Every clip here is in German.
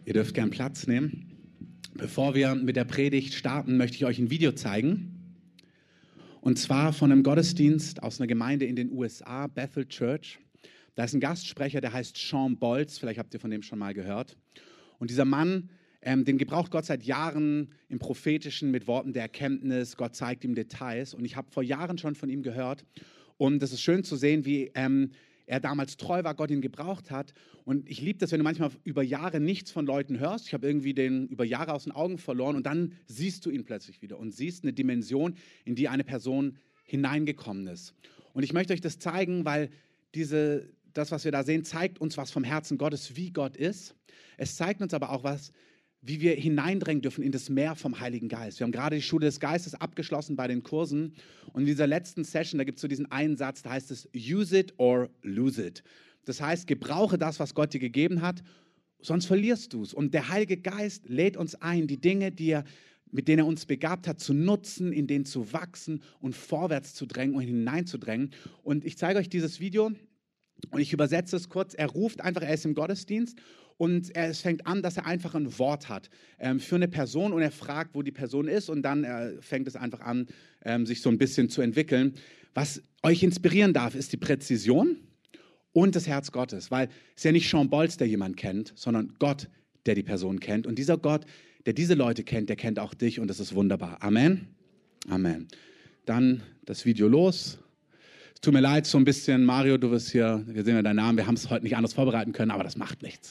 Ihr dürft gern Platz nehmen. Bevor wir mit der Predigt starten, möchte ich euch ein Video zeigen. Und zwar von einem Gottesdienst aus einer Gemeinde in den USA, Bethel Church. Da ist ein Gastsprecher, der heißt Sean Bolz. Vielleicht habt ihr von dem schon mal gehört. Und dieser Mann, den gebraucht Gott seit Jahren im Prophetischen mit Worten der Erkenntnis. Gott zeigt ihm Details. Und ich habe vor Jahren schon von ihm gehört. Und es ist schön zu sehen, wie er damals treu war, Gott ihn gebraucht hat. Und ich liebe das, wenn du manchmal über Jahre nichts von Leuten hörst. Ich habe irgendwie den über Jahre aus den Augen verloren und dann siehst du ihn plötzlich wieder und siehst eine Dimension, in die eine Person hineingekommen ist. Und ich möchte euch das zeigen, weil das, was wir da sehen, zeigt uns was vom Herzen Gottes, wie Gott ist. Es zeigt uns aber auch was, wie wir hineindrängen dürfen in das Meer vom Heiligen Geist. Wir haben gerade die Schule des Geistes abgeschlossen bei den Kursen und in dieser letzten Session, da gibt es so diesen einen Satz, da heißt es, use it or lose it. Das heißt, gebrauche das, was Gott dir gegeben hat, sonst verlierst du es. Und der Heilige Geist lädt uns ein, die Dinge, mit denen er uns begabt hat, zu nutzen, in denen zu wachsen und vorwärts zu drängen und hineinzudrängen. Und ich zeige euch dieses Video und ich übersetze es kurz. Er ist im Gottesdienst. Und es fängt an, dass er einfach ein Wort hat für eine Person und er fragt, wo die Person ist und dann fängt es einfach an, sich so ein bisschen zu entwickeln. Was euch inspirieren darf, ist die Präzision und das Herz Gottes, weil es ja nicht Sean Bolz, der jemand kennt, sondern Gott, der die Person kennt. Und dieser Gott, der diese Leute kennt, der kennt auch dich und das ist wunderbar. Amen. Amen. Dann das Video los. Es tut mir leid, so ein bisschen, Mario, wir sehen ja deinen Namen, wir haben es heute nicht anders vorbereiten können, aber das macht nichts.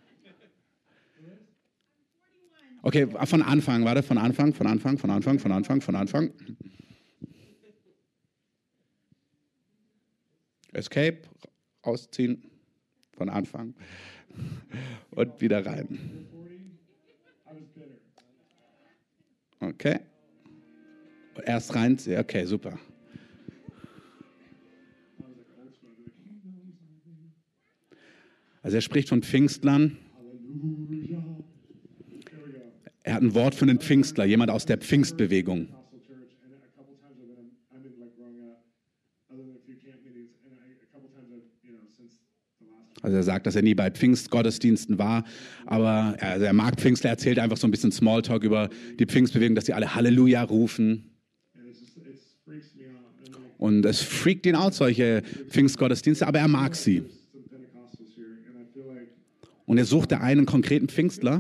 Okay, von Anfang. Escape, ausziehen, von Anfang und wieder rein. Okay. Erst rein, okay, super. Also er spricht von Pfingstlern. Er hat ein Wort für einen Pfingstler, jemand aus der Pfingstbewegung. Also er sagt, dass er nie bei Pfingstgottesdiensten war, aber er mag Pfingstler, erzählt einfach so ein bisschen Smalltalk über die Pfingstbewegung, dass sie alle Halleluja rufen. Und es freakt ihn aus, solche Pfingstgottesdienste, aber er mag sie. Und er suchte einen konkreten Pfingstler.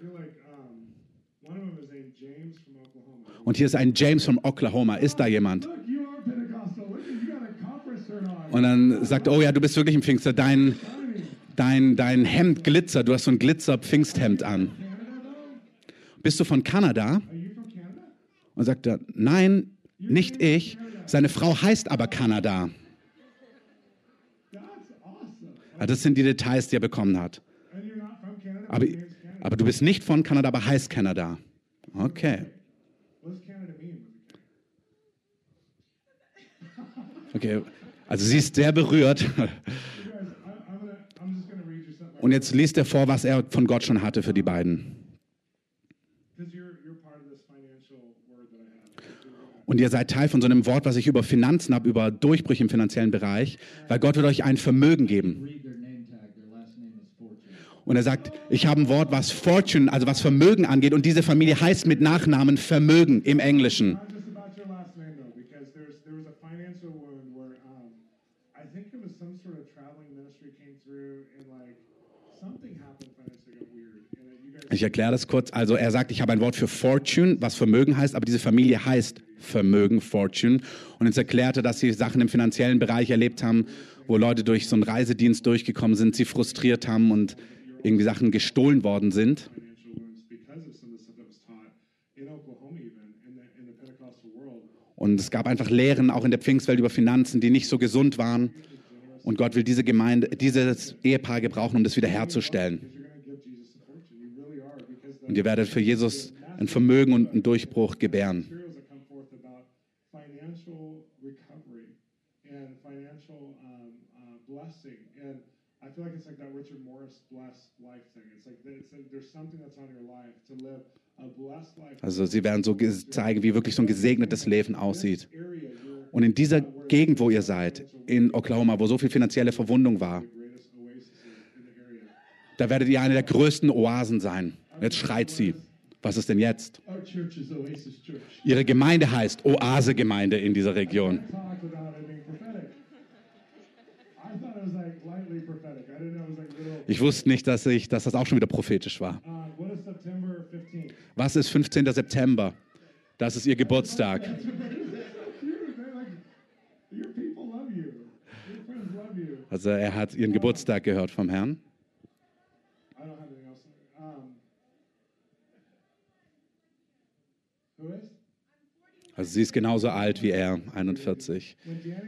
Und hier ist ein James von Oklahoma. Ist da jemand? Und dann sagt er, oh ja, du bist wirklich ein Pfingster. Dein Hemd glitzert. Du hast so ein Glitzer-Pfingsthemd an. Bist du von Kanada? Und sagt er, nein, nicht ich. Seine Frau heißt aber Kanada. Das sind die Details, die er bekommen hat. Aber du bist nicht von Kanada, aber heißt Kanada. Okay. Okay, also sie ist sehr berührt. Und jetzt liest er vor, was er von Gott schon hatte für die beiden. Und ihr seid Teil von so einem Wort, was ich über Finanzen habe, über Durchbrüche im finanziellen Bereich, weil Gott wird euch ein Vermögen geben. Und er sagt, ich habe ein Wort, was Fortune, also was Vermögen angeht. Und diese Familie heißt mit Nachnamen Vermögen im Englischen. Ich erkläre das kurz. Also er sagt, ich habe ein Wort für Fortune, was Vermögen heißt, aber diese Familie heißt Vermögen, Fortune. Und jetzt erklärte, dass sie Sachen im finanziellen Bereich erlebt haben, wo Leute durch so einen Reisedienst durchgekommen sind, sie frustriert haben und irgendwie Sachen gestohlen worden sind. Und es gab einfach Lehren auch in der Pfingstwelt über Finanzen, die nicht so gesund waren. Und Gott will dieses Ehepaar gebrauchen, um das wiederherzustellen. Und ihr werdet für Jesus ein Vermögen und einen Durchbruch gebären. Also sie werden so zeigen, wie wirklich so ein gesegnetes Leben aussieht. Und in dieser Gegend, wo ihr seid, in Oklahoma, wo so viel finanzielle Verwundung war, Da werdet ihr eine der größten Oasen sein. Jetzt schreit sie. Was ist denn jetzt? Ihre Gemeinde heißt Oase-Gemeinde in dieser Region. Ich wusste nicht, dass das auch schon wieder prophetisch war. Was ist 15. September? Das ist ihr Geburtstag. Also er hat ihren Geburtstag gehört vom Herrn. Also sie ist genauso alt wie er, 41.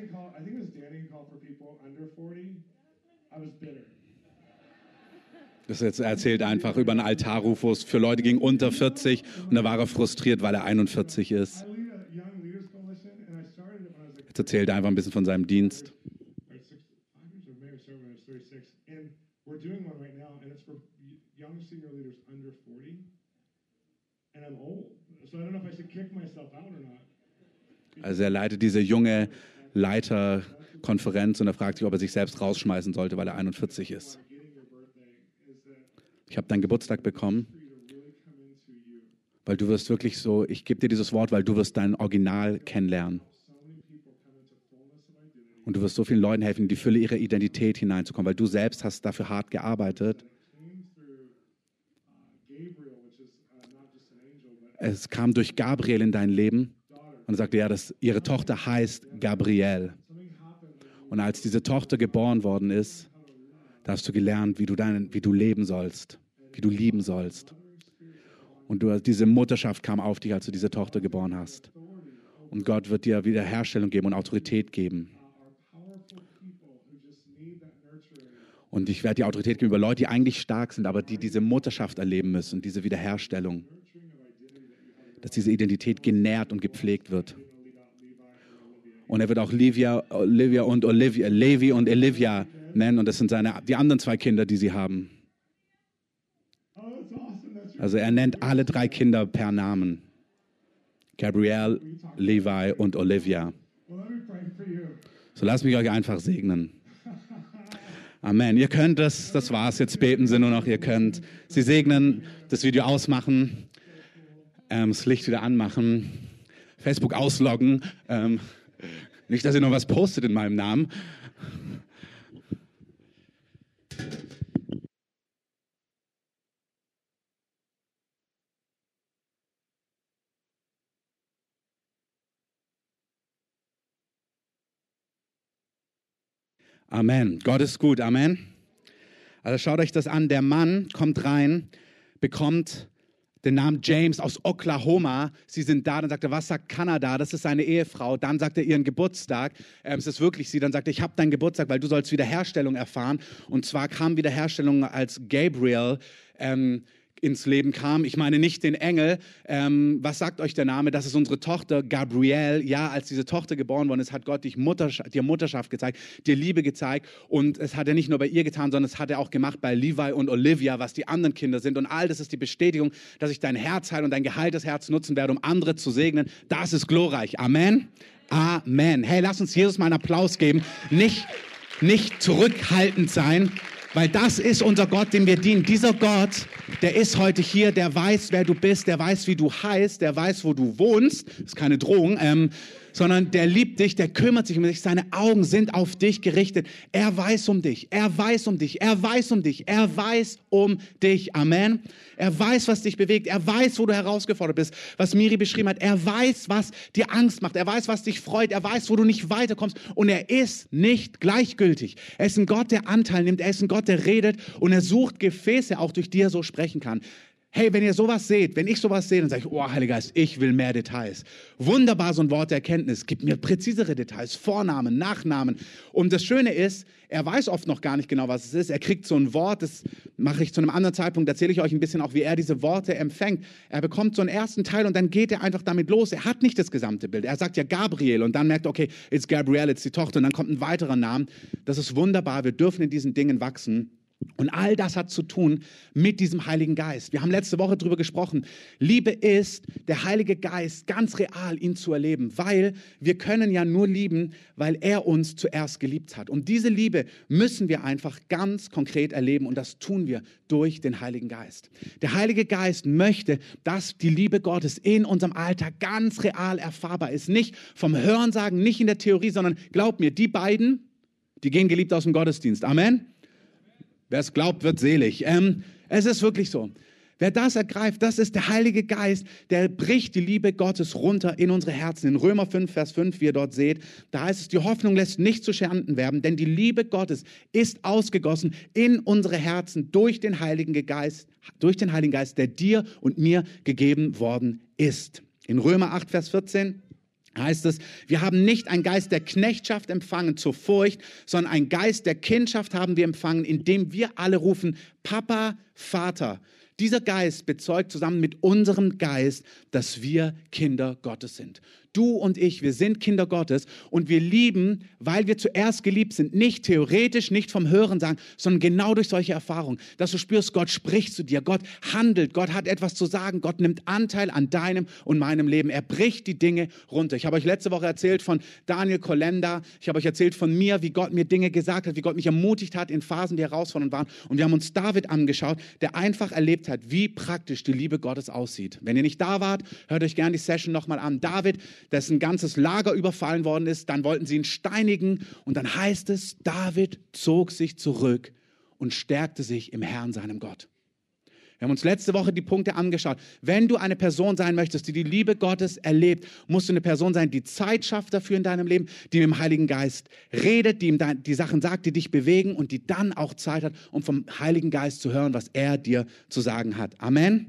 Er erzählt einfach über einen Altarruf, wo es für Leute ging unter 40 und da war er frustriert, weil er 41 ist. Jetzt erzählt er einfach ein bisschen von seinem Dienst. Also er leitet diese junge Leiterkonferenz und er fragt sich, ob er sich selbst rausschmeißen sollte, weil er 41 ist. Ich habe deinen Geburtstag bekommen, weil du wirst wirklich so, ich gebe dir dieses Wort, weil du wirst dein Original kennenlernen. Und du wirst so vielen Leuten helfen, in die Fülle ihrer Identität hineinzukommen, weil du selbst hast dafür hart gearbeitet. Es kam durch Gabriel in dein Leben und er sagte, ja, ihre Tochter heißt Gabriel. Und als diese Tochter geboren worden ist, da hast du gelernt, wie du leben sollst, wie du lieben sollst. Und diese Mutterschaft kam auf dich, als du diese Tochter geboren hast. Und Gott wird dir Wiederherstellung geben und Autorität geben. Und ich werde dir Autorität geben über Leute, die eigentlich stark sind, aber die diese Mutterschaft erleben müssen, diese Wiederherstellung. Dass diese Identität genährt und gepflegt wird. Und er wird auch Levi und Olivia nennen. Und das sind die anderen 2 Kinder, die sie haben. Also er nennt alle 3 Kinder per Namen. Gabriel, Levi und Olivia. So lasst mich euch einfach segnen. Amen. Ihr könnt das war's. Jetzt beten sie nur noch. Ihr könnt sie segnen, das Video ausmachen. Das Licht wieder anmachen, Facebook ausloggen, nicht, dass ihr noch was postet in meinem Namen. Amen. Gott ist gut. Amen. Also schaut euch das an. Der Mann kommt rein, bekommt den Namen James aus Oklahoma. Sie sind da, dann sagt er, was sagt Kanada? Das ist seine Ehefrau. Dann sagt er ihren Geburtstag. Es ist wirklich sie. Dann sagt er, ich habe deinen Geburtstag, weil du sollst Wiederherstellung erfahren. Und zwar kam Wiederherstellung, als Gabriel ins Leben kam. Ich meine nicht den Engel. Was sagt euch der Name? Das ist unsere Tochter Gabriel. Ja, als diese Tochter geboren worden ist, hat Gott dir Mutterschaft gezeigt, dir Liebe gezeigt. Und es hat er nicht nur bei ihr getan, sondern es hat er auch gemacht bei Levi und Olivia, was die anderen Kinder sind. Und all das ist die Bestätigung, dass ich dein Herz heil und dein geheiltes Herz nutzen werde, um andere zu segnen. Das ist glorreich. Amen. Amen. Hey, lass uns Jesus mal einen Applaus geben. Nicht zurückhaltend sein. Weil das ist unser Gott, dem wir dienen. Dieser Gott, der ist heute hier, der weiß, wer du bist, der weiß, wie du heißt, der weiß, wo du wohnst. Das ist keine Drohung, sondern der liebt dich, der kümmert sich um dich. Seine Augen sind auf dich gerichtet. Er weiß um dich, er weiß um dich, er weiß um dich, er weiß um dich. Amen. Er weiß, was dich bewegt. Er weiß, wo du herausgefordert bist, was Miri beschrieben hat. Er weiß, was dir Angst macht. Er weiß, was dich freut. Er weiß, wo du nicht weiterkommst. Und er ist nicht gleichgültig. Er ist ein Gott, der Anteil nimmt. Er ist ein Gott, der redet. Und er sucht Gefäße, auch durch die er so sprechen kann. Hey, wenn ihr sowas seht, wenn ich sowas sehe, dann sage ich, oh, Heiliger Geist, ich will mehr Details. Wunderbar, so ein Wort der Erkenntnis. Gib mir präzisere Details, Vornamen, Nachnamen. Und das Schöne ist, er weiß oft noch gar nicht genau, was es ist. Er kriegt so ein Wort, das mache ich zu einem anderen Zeitpunkt, erzähle ich euch ein bisschen auch, wie er diese Worte empfängt. Er bekommt so einen ersten Teil und dann geht er einfach damit los. Er hat nicht das gesamte Bild. Er sagt ja Gabriel und dann merkt er, okay, it's Gabrielle, it's die Tochter und dann kommt ein weiterer Name. Das ist wunderbar, wir dürfen in diesen Dingen wachsen. Und all das hat zu tun mit diesem Heiligen Geist. Wir haben letzte Woche darüber gesprochen. Liebe ist der Heilige Geist, ganz real ihn zu erleben, weil wir können ja nur lieben, weil er uns zuerst geliebt hat. Und diese Liebe müssen wir einfach ganz konkret erleben und das tun wir durch den Heiligen Geist. Der Heilige Geist möchte, dass die Liebe Gottes in unserem Alltag ganz real erfahrbar ist. Nicht vom Hörensagen, nicht in der Theorie, sondern glaub mir, die beiden, die gehen geliebt aus dem Gottesdienst. Amen. Wer es glaubt, wird selig. Es ist wirklich so. Wer das ergreift, das ist der Heilige Geist, der bricht die Liebe Gottes runter in unsere Herzen. In Römer 5, Vers 5, wie ihr dort seht, da heißt es, die Hoffnung lässt nicht zu Schanden werden, denn die Liebe Gottes ist ausgegossen in unsere Herzen durch den Heiligen Geist, der dir und mir gegeben worden ist. In Römer 8, Vers 14 heißt es, wir haben nicht einen Geist der Knechtschaft empfangen zur Furcht, sondern einen Geist der Kindschaft haben wir empfangen, indem wir alle rufen, Papa, Vater. Dieser Geist bezeugt zusammen mit unserem Geist, dass wir Kinder Gottes sind. Du und ich, wir sind Kinder Gottes und wir lieben, weil wir zuerst geliebt sind, nicht theoretisch, nicht vom Hören sagen, sondern genau durch solche Erfahrungen, dass du spürst, Gott spricht zu dir, Gott handelt, Gott hat etwas zu sagen, Gott nimmt Anteil an deinem und meinem Leben. Er bricht die Dinge runter. Ich habe euch letzte Woche erzählt von Daniel Kolenda, ich habe euch erzählt von mir, wie Gott mir Dinge gesagt hat, wie Gott mich ermutigt hat in Phasen, die herausfordernd waren. Und wir haben uns David angeschaut, der einfach erlebt hat, wie praktisch die Liebe Gottes aussieht. Wenn ihr nicht da wart, hört euch gerne die Session nochmal an. David, dessen ganzes Lager überfallen worden ist, dann wollten sie ihn steinigen und dann heißt es, David zog sich zurück und stärkte sich im Herrn, seinem Gott. Wir haben uns letzte Woche die Punkte angeschaut. Wenn du eine Person sein möchtest, die die Liebe Gottes erlebt, musst du eine Person sein, die Zeit schafft dafür in deinem Leben, die mit dem Heiligen Geist redet, die ihm die Sachen sagt, die dich bewegen und die dann auch Zeit hat, um vom Heiligen Geist zu hören, was er dir zu sagen hat. Amen.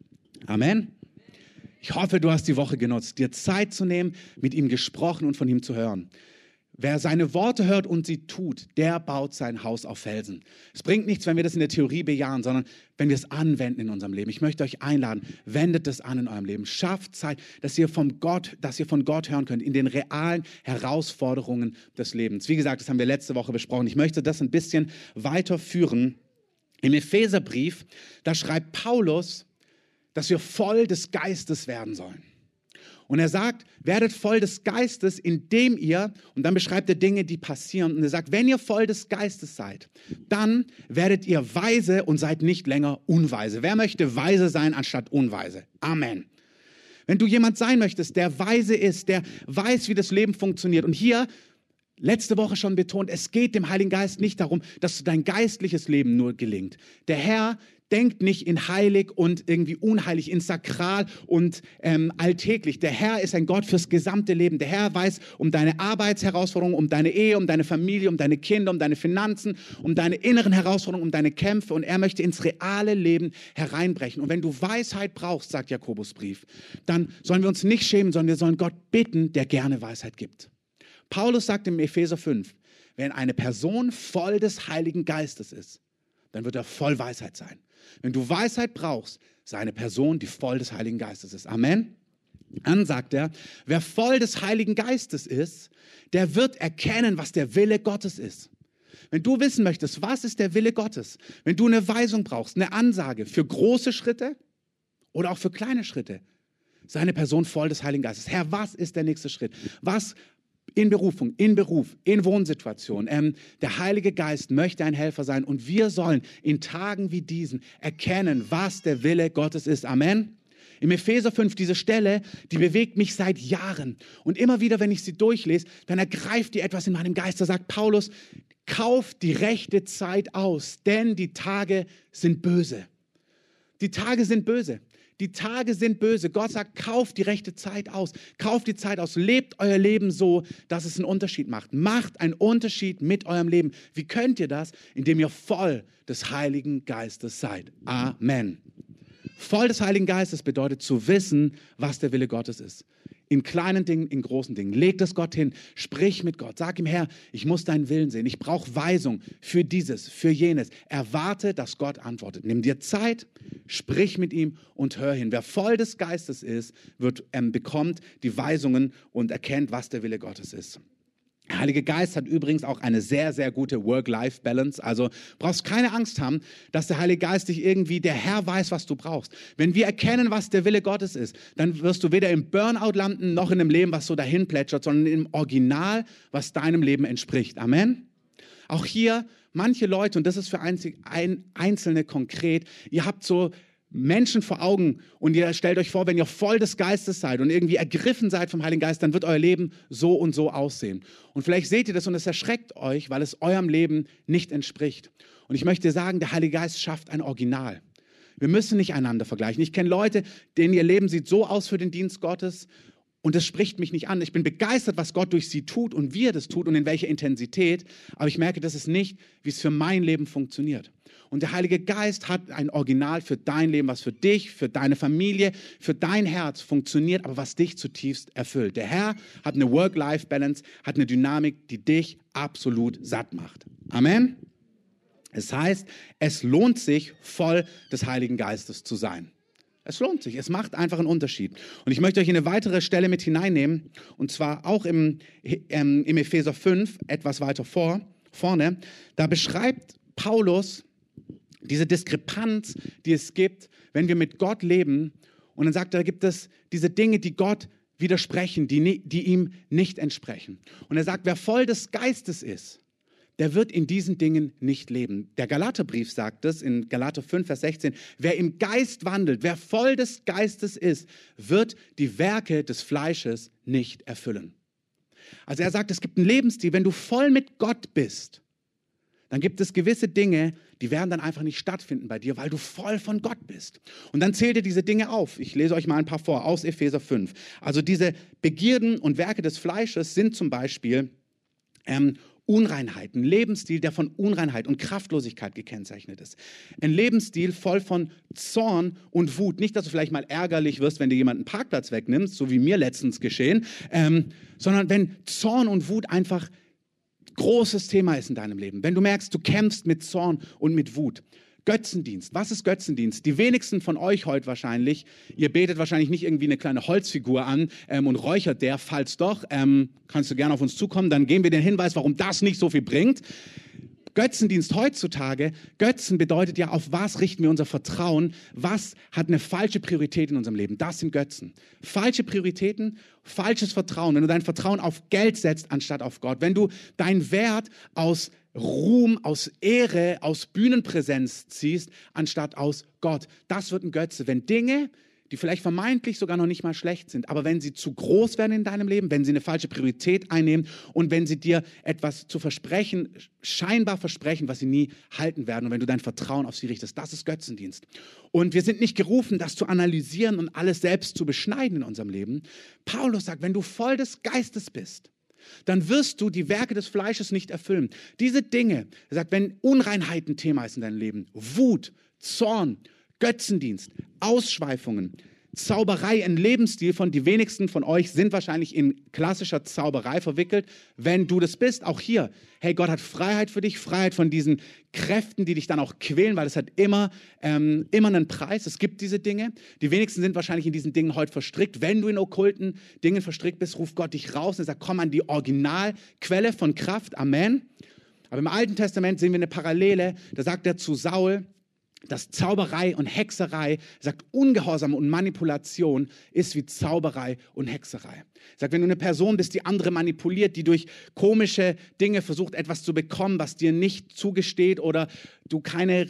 Amen. Ich hoffe, du hast die Woche genutzt, dir Zeit zu nehmen, mit ihm gesprochen und von ihm zu hören. Wer seine Worte hört und sie tut, der baut sein Haus auf Felsen. Es bringt nichts, wenn wir das in der Theorie bejahen, sondern wenn wir es anwenden in unserem Leben. Ich möchte euch einladen, wendet es an in eurem Leben. Schafft Zeit, dass ihr von Gott hören könnt in den realen Herausforderungen des Lebens. Wie gesagt, das haben wir letzte Woche besprochen. Ich möchte das ein bisschen weiterführen. Im Epheserbrief, da schreibt Paulus, dass wir voll des Geistes werden sollen. Und er sagt, werdet voll des Geistes, indem ihr, und dann beschreibt er Dinge, die passieren. Und er sagt, wenn ihr voll des Geistes seid, dann werdet ihr weise und seid nicht länger unweise. Wer möchte weise sein anstatt unweise? Amen. Wenn du jemand sein möchtest, der weise ist, der weiß, wie das Leben funktioniert. Und hier, letzte Woche schon betont, es geht dem Heiligen Geist nicht darum, dass dein geistliches Leben nur gelingt. Der Herr denkt nicht in heilig und irgendwie unheilig, in sakral und alltäglich. Der Herr ist ein Gott fürs gesamte Leben. Der Herr weiß um deine Arbeitsherausforderungen, um deine Ehe, um deine Familie, um deine Kinder, um deine Finanzen, um deine inneren Herausforderungen, um deine Kämpfe. Und er möchte ins reale Leben hereinbrechen. Und wenn du Weisheit brauchst, sagt Jakobusbrief, dann sollen wir uns nicht schämen, sondern wir sollen Gott bitten, der gerne Weisheit gibt. Paulus sagt im Epheser 5, wenn eine Person voll des Heiligen Geistes ist, dann wird er voll Weisheit sein. Wenn du Weisheit brauchst, sei eine Person, die voll des Heiligen Geistes ist. Amen. Dann sagt er, wer voll des Heiligen Geistes ist, der wird erkennen, was der Wille Gottes ist. Wenn du wissen möchtest, was ist der Wille Gottes, wenn du eine Weisung brauchst, eine Ansage für große Schritte oder auch für kleine Schritte, sei eine Person voll des Heiligen Geistes. Herr, was ist der nächste Schritt? Was in Berufung, in Beruf, in Wohnsituation. Der Heilige Geist möchte ein Helfer sein und wir sollen in Tagen wie diesen erkennen, was der Wille Gottes ist. Amen. Im Epheser 5, diese Stelle, die bewegt mich seit Jahren. Und immer wieder, wenn ich sie durchlese, dann ergreift die etwas in meinem Geist. Da sagt Paulus, kauft die rechte Zeit aus, denn die Tage sind böse. Die Tage sind böse. Die Tage sind böse. Gott sagt, kauft die rechte Zeit aus. Kauft die Zeit aus. Lebt euer Leben so, dass es einen Unterschied macht. Macht einen Unterschied mit eurem Leben. Wie könnt ihr das? Indem ihr voll des Heiligen Geistes seid. Amen. Voll des Heiligen Geistes bedeutet zu wissen, was der Wille Gottes ist. In kleinen Dingen, in großen Dingen. Leg das Gott hin, sprich mit Gott. Sag ihm, Herr, ich muss deinen Willen sehen. Ich brauche Weisung für dieses, für jenes. Erwarte, dass Gott antwortet. Nimm dir Zeit, sprich mit ihm und hör hin. Wer voll des Geistes ist, bekommt die Weisungen und erkennt, was der Wille Gottes ist. Der Heilige Geist hat übrigens auch eine sehr, sehr gute Work-Life-Balance. Also brauchst keine Angst haben, dass der Heilige Geist dich irgendwie, der Herr weiß, was du brauchst. Wenn wir erkennen, was der Wille Gottes ist, dann wirst du weder im Burnout landen, noch in einem Leben, was so dahin plätschert, sondern im Original, was deinem Leben entspricht. Amen. Auch hier manche Leute, und das ist für Einzelne konkret, ihr habt so Menschen vor Augen und ihr stellt euch vor, wenn ihr voll des Geistes seid und irgendwie ergriffen seid vom Heiligen Geist, dann wird euer Leben so und so aussehen. Und vielleicht seht ihr das und es erschreckt euch, weil es eurem Leben nicht entspricht. Und ich möchte sagen, der Heilige Geist schafft ein Original. Wir müssen nicht einander vergleichen. Ich kenne Leute, denen ihr Leben sieht so aus für den Dienst Gottes und das spricht mich nicht an. Ich bin begeistert, was Gott durch sie tut und wie er das tut und in welcher Intensität, aber ich merke, das ist nicht, wie es für mein Leben funktioniert. Und der Heilige Geist hat ein Original für dein Leben, was für dich, für deine Familie, für dein Herz funktioniert, aber was dich zutiefst erfüllt. Der Herr hat eine Work-Life-Balance, hat eine Dynamik, die dich absolut satt macht. Amen. Es heißt, es lohnt sich, voll des Heiligen Geistes zu sein. Es lohnt sich, es macht einfach einen Unterschied. Und ich möchte euch in eine weitere Stelle mit hineinnehmen, und zwar auch im Epheser 5, etwas weiter vorne. Da beschreibt Paulus diese Diskrepanz, die es gibt, wenn wir mit Gott leben. Und dann sagt er, da gibt es diese Dinge, die Gott widersprechen, die ihm nicht entsprechen. Und er sagt, wer voll des Geistes ist, der wird in diesen Dingen nicht leben. Der Galaterbrief sagt es in Galater 5, Vers 16, wer im Geist wandelt, wer voll des Geistes ist, wird die Werke des Fleisches nicht erfüllen. Also er sagt, es gibt einen Lebensstil, wenn du voll mit Gott bist, dann gibt es gewisse Dinge, die werden dann einfach nicht stattfinden bei dir, weil du voll von Gott bist. Und dann zählt ihr diese Dinge auf. Ich lese euch mal ein paar vor aus Epheser 5. Also diese Begierden und Werke des Fleisches sind zum Beispiel Unreinheit, ein Lebensstil, der von Unreinheit und Kraftlosigkeit gekennzeichnet ist. Ein Lebensstil voll von Zorn und Wut. Nicht, dass du vielleicht mal ärgerlich wirst, wenn dir jemand einen Parkplatz wegnimmst, so wie mir letztens geschehen, sondern wenn Zorn und Wut einfach großes Thema ist in deinem Leben. Wenn du merkst, du kämpfst mit Zorn und mit Wut. Götzendienst. Was ist Götzendienst? Die wenigsten von euch heute wahrscheinlich, ihr betet wahrscheinlich nicht irgendwie eine kleine Holzfigur an und räuchert der. Falls doch, kannst du gerne auf uns zukommen. Dann geben wir den Hinweis, warum das nicht so viel bringt. Götzendienst heutzutage, Götzen bedeutet ja, auf was richten wir unser Vertrauen, was hat eine falsche Priorität in unserem Leben. Das sind Götzen. Falsche Prioritäten, falsches Vertrauen. Wenn du dein Vertrauen auf Geld setzt, anstatt auf Gott. Wenn du deinen Wert aus Ruhm, aus Ehre, aus Bühnenpräsenz ziehst, anstatt aus Gott. Das wird ein Götze. Wenn Dinge, die vielleicht vermeintlich sogar noch nicht mal schlecht sind, aber wenn sie zu groß werden in deinem Leben, wenn sie eine falsche Priorität einnehmen und wenn sie dir etwas zu versprechen, scheinbar versprechen, was sie nie halten werden und wenn du dein Vertrauen auf sie richtest, das ist Götzendienst. Und wir sind nicht gerufen, das zu analysieren und alles selbst zu beschneiden in unserem Leben. Paulus sagt, wenn du voll des Geistes bist, dann wirst du die Werke des Fleisches nicht erfüllen. Diese Dinge, er sagt, wenn Unreinheit ein Thema ist in deinem Leben, Wut, Zorn, Götzendienst, Ausschweifungen, Zauberei, ein Lebensstil von, die wenigsten von euch sind wahrscheinlich in klassischer Zauberei verwickelt. Wenn du das bist, auch hier, hey, Gott hat Freiheit für dich, Freiheit von diesen Kräften, die dich dann auch quälen, weil es hat immer einen Preis. Es gibt diese Dinge. Die wenigsten sind wahrscheinlich in diesen Dingen heute verstrickt. Wenn du in okkulten Dingen verstrickt bist, ruft Gott dich raus und sagt, komm an die Originalquelle von Kraft. Amen. Aber im Alten Testament sehen wir eine Parallele. Da sagt er zu Saul, dass Zauberei und Hexerei, er sagt, Ungehorsam und Manipulation ist wie Zauberei und Hexerei. Er sagt, wenn du eine Person bist, die andere manipuliert, die durch komische Dinge versucht, etwas zu bekommen, was dir nicht zugesteht oder du keine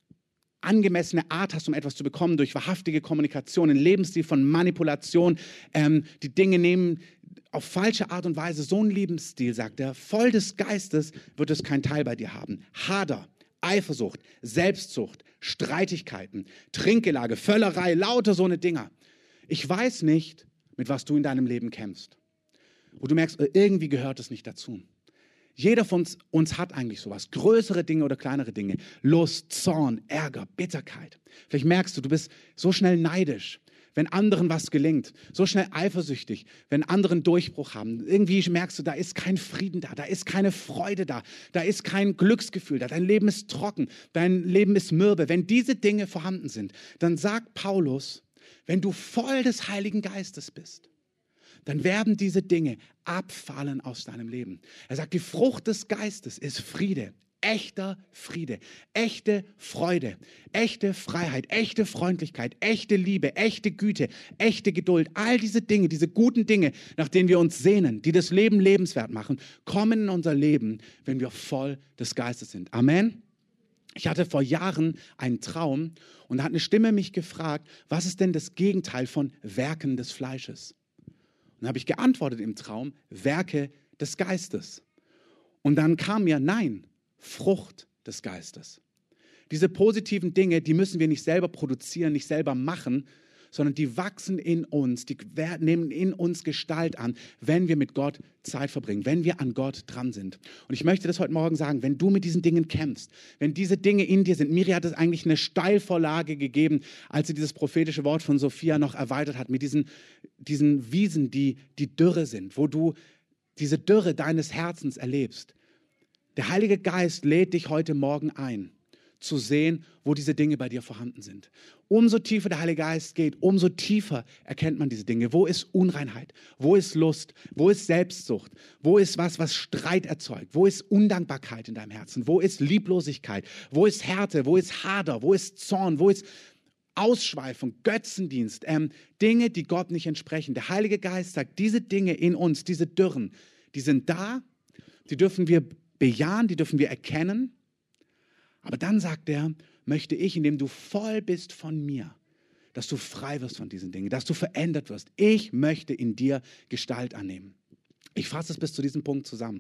angemessene Art hast, um etwas zu bekommen, durch wahrhaftige Kommunikation, ein Lebensstil von Manipulation, die Dinge nehmen auf falsche Art und Weise, so ein Lebensstil, sagt er, voll des Geistes wird es keinen Teil bei dir haben. Hader, Eifersucht, Selbstsucht, Streitigkeiten, Trinkgelage, Völlerei, lauter so eine Dinger. Ich weiß nicht, mit was du in deinem Leben kämpfst. Wo du merkst, irgendwie gehört es nicht dazu. Jeder von uns hat eigentlich sowas. Größere Dinge oder kleinere Dinge. Lust, Zorn, Ärger, Bitterkeit. Vielleicht merkst du, du bist so schnell neidisch, wenn anderen was gelingt. So schnell eifersüchtig, wenn anderen Durchbruch haben. Irgendwie merkst du, da ist kein Frieden da, da ist keine Freude da, da ist kein Glücksgefühl da. Dein Leben ist trocken, dein Leben ist mürbe. Wenn diese Dinge vorhanden sind, dann sagt Paulus, wenn du voll des Heiligen Geistes bist, dann werden diese Dinge abfallen aus deinem Leben. Er sagt, die Frucht des Geistes ist Friede. Echter Friede, echte Freude, echte Freiheit, echte Freundlichkeit, echte Liebe, echte Güte, echte Geduld. All diese Dinge, diese guten Dinge, nach denen wir uns sehnen, die das Leben lebenswert machen, kommen in unser Leben, wenn wir voll des Geistes sind. Amen. Ich hatte vor Jahren einen Traum und da hat eine Stimme mich gefragt, was ist denn das Gegenteil von Werken des Fleisches? Und dann habe ich geantwortet im Traum, Werke des Geistes. Und dann kam mir, nein, Frucht des Geistes. Diese positiven Dinge, die müssen wir nicht selber produzieren, nicht selber machen, sondern die wachsen in uns, die nehmen in uns Gestalt an, wenn wir mit Gott Zeit verbringen, wenn wir an Gott dran sind. Und ich möchte das heute Morgen sagen, wenn du mit diesen Dingen kämpfst, wenn diese Dinge in dir sind, Miri hat es eigentlich eine Steilvorlage gegeben, als sie dieses prophetische Wort von Sophia noch erweitert hat, mit diesen Wiesen, die Dürre sind, wo du diese Dürre deines Herzens erlebst. Der Heilige Geist lädt dich heute Morgen ein, zu sehen, wo diese Dinge bei dir vorhanden sind. Umso tiefer der Heilige Geist geht, umso tiefer erkennt man diese Dinge. Wo ist Unreinheit? Wo ist Lust? Wo ist Selbstsucht? Wo ist was Streit erzeugt? Wo ist Undankbarkeit in deinem Herzen? Wo ist Lieblosigkeit? Wo ist Härte? Wo ist Hader? Wo ist Zorn? Wo ist Ausschweifung, Götzendienst? Dinge, die Gott nicht entsprechen. Der Heilige Geist sagt, diese Dinge in uns, diese Dürren, die sind da, die dürfen wir bejahen, die dürfen wir erkennen. Aber dann sagt er, möchte ich, indem du voll bist von mir, dass du frei wirst von diesen Dingen, dass du verändert wirst. Ich möchte in dir Gestalt annehmen. Ich fasse es bis zu diesem Punkt zusammen.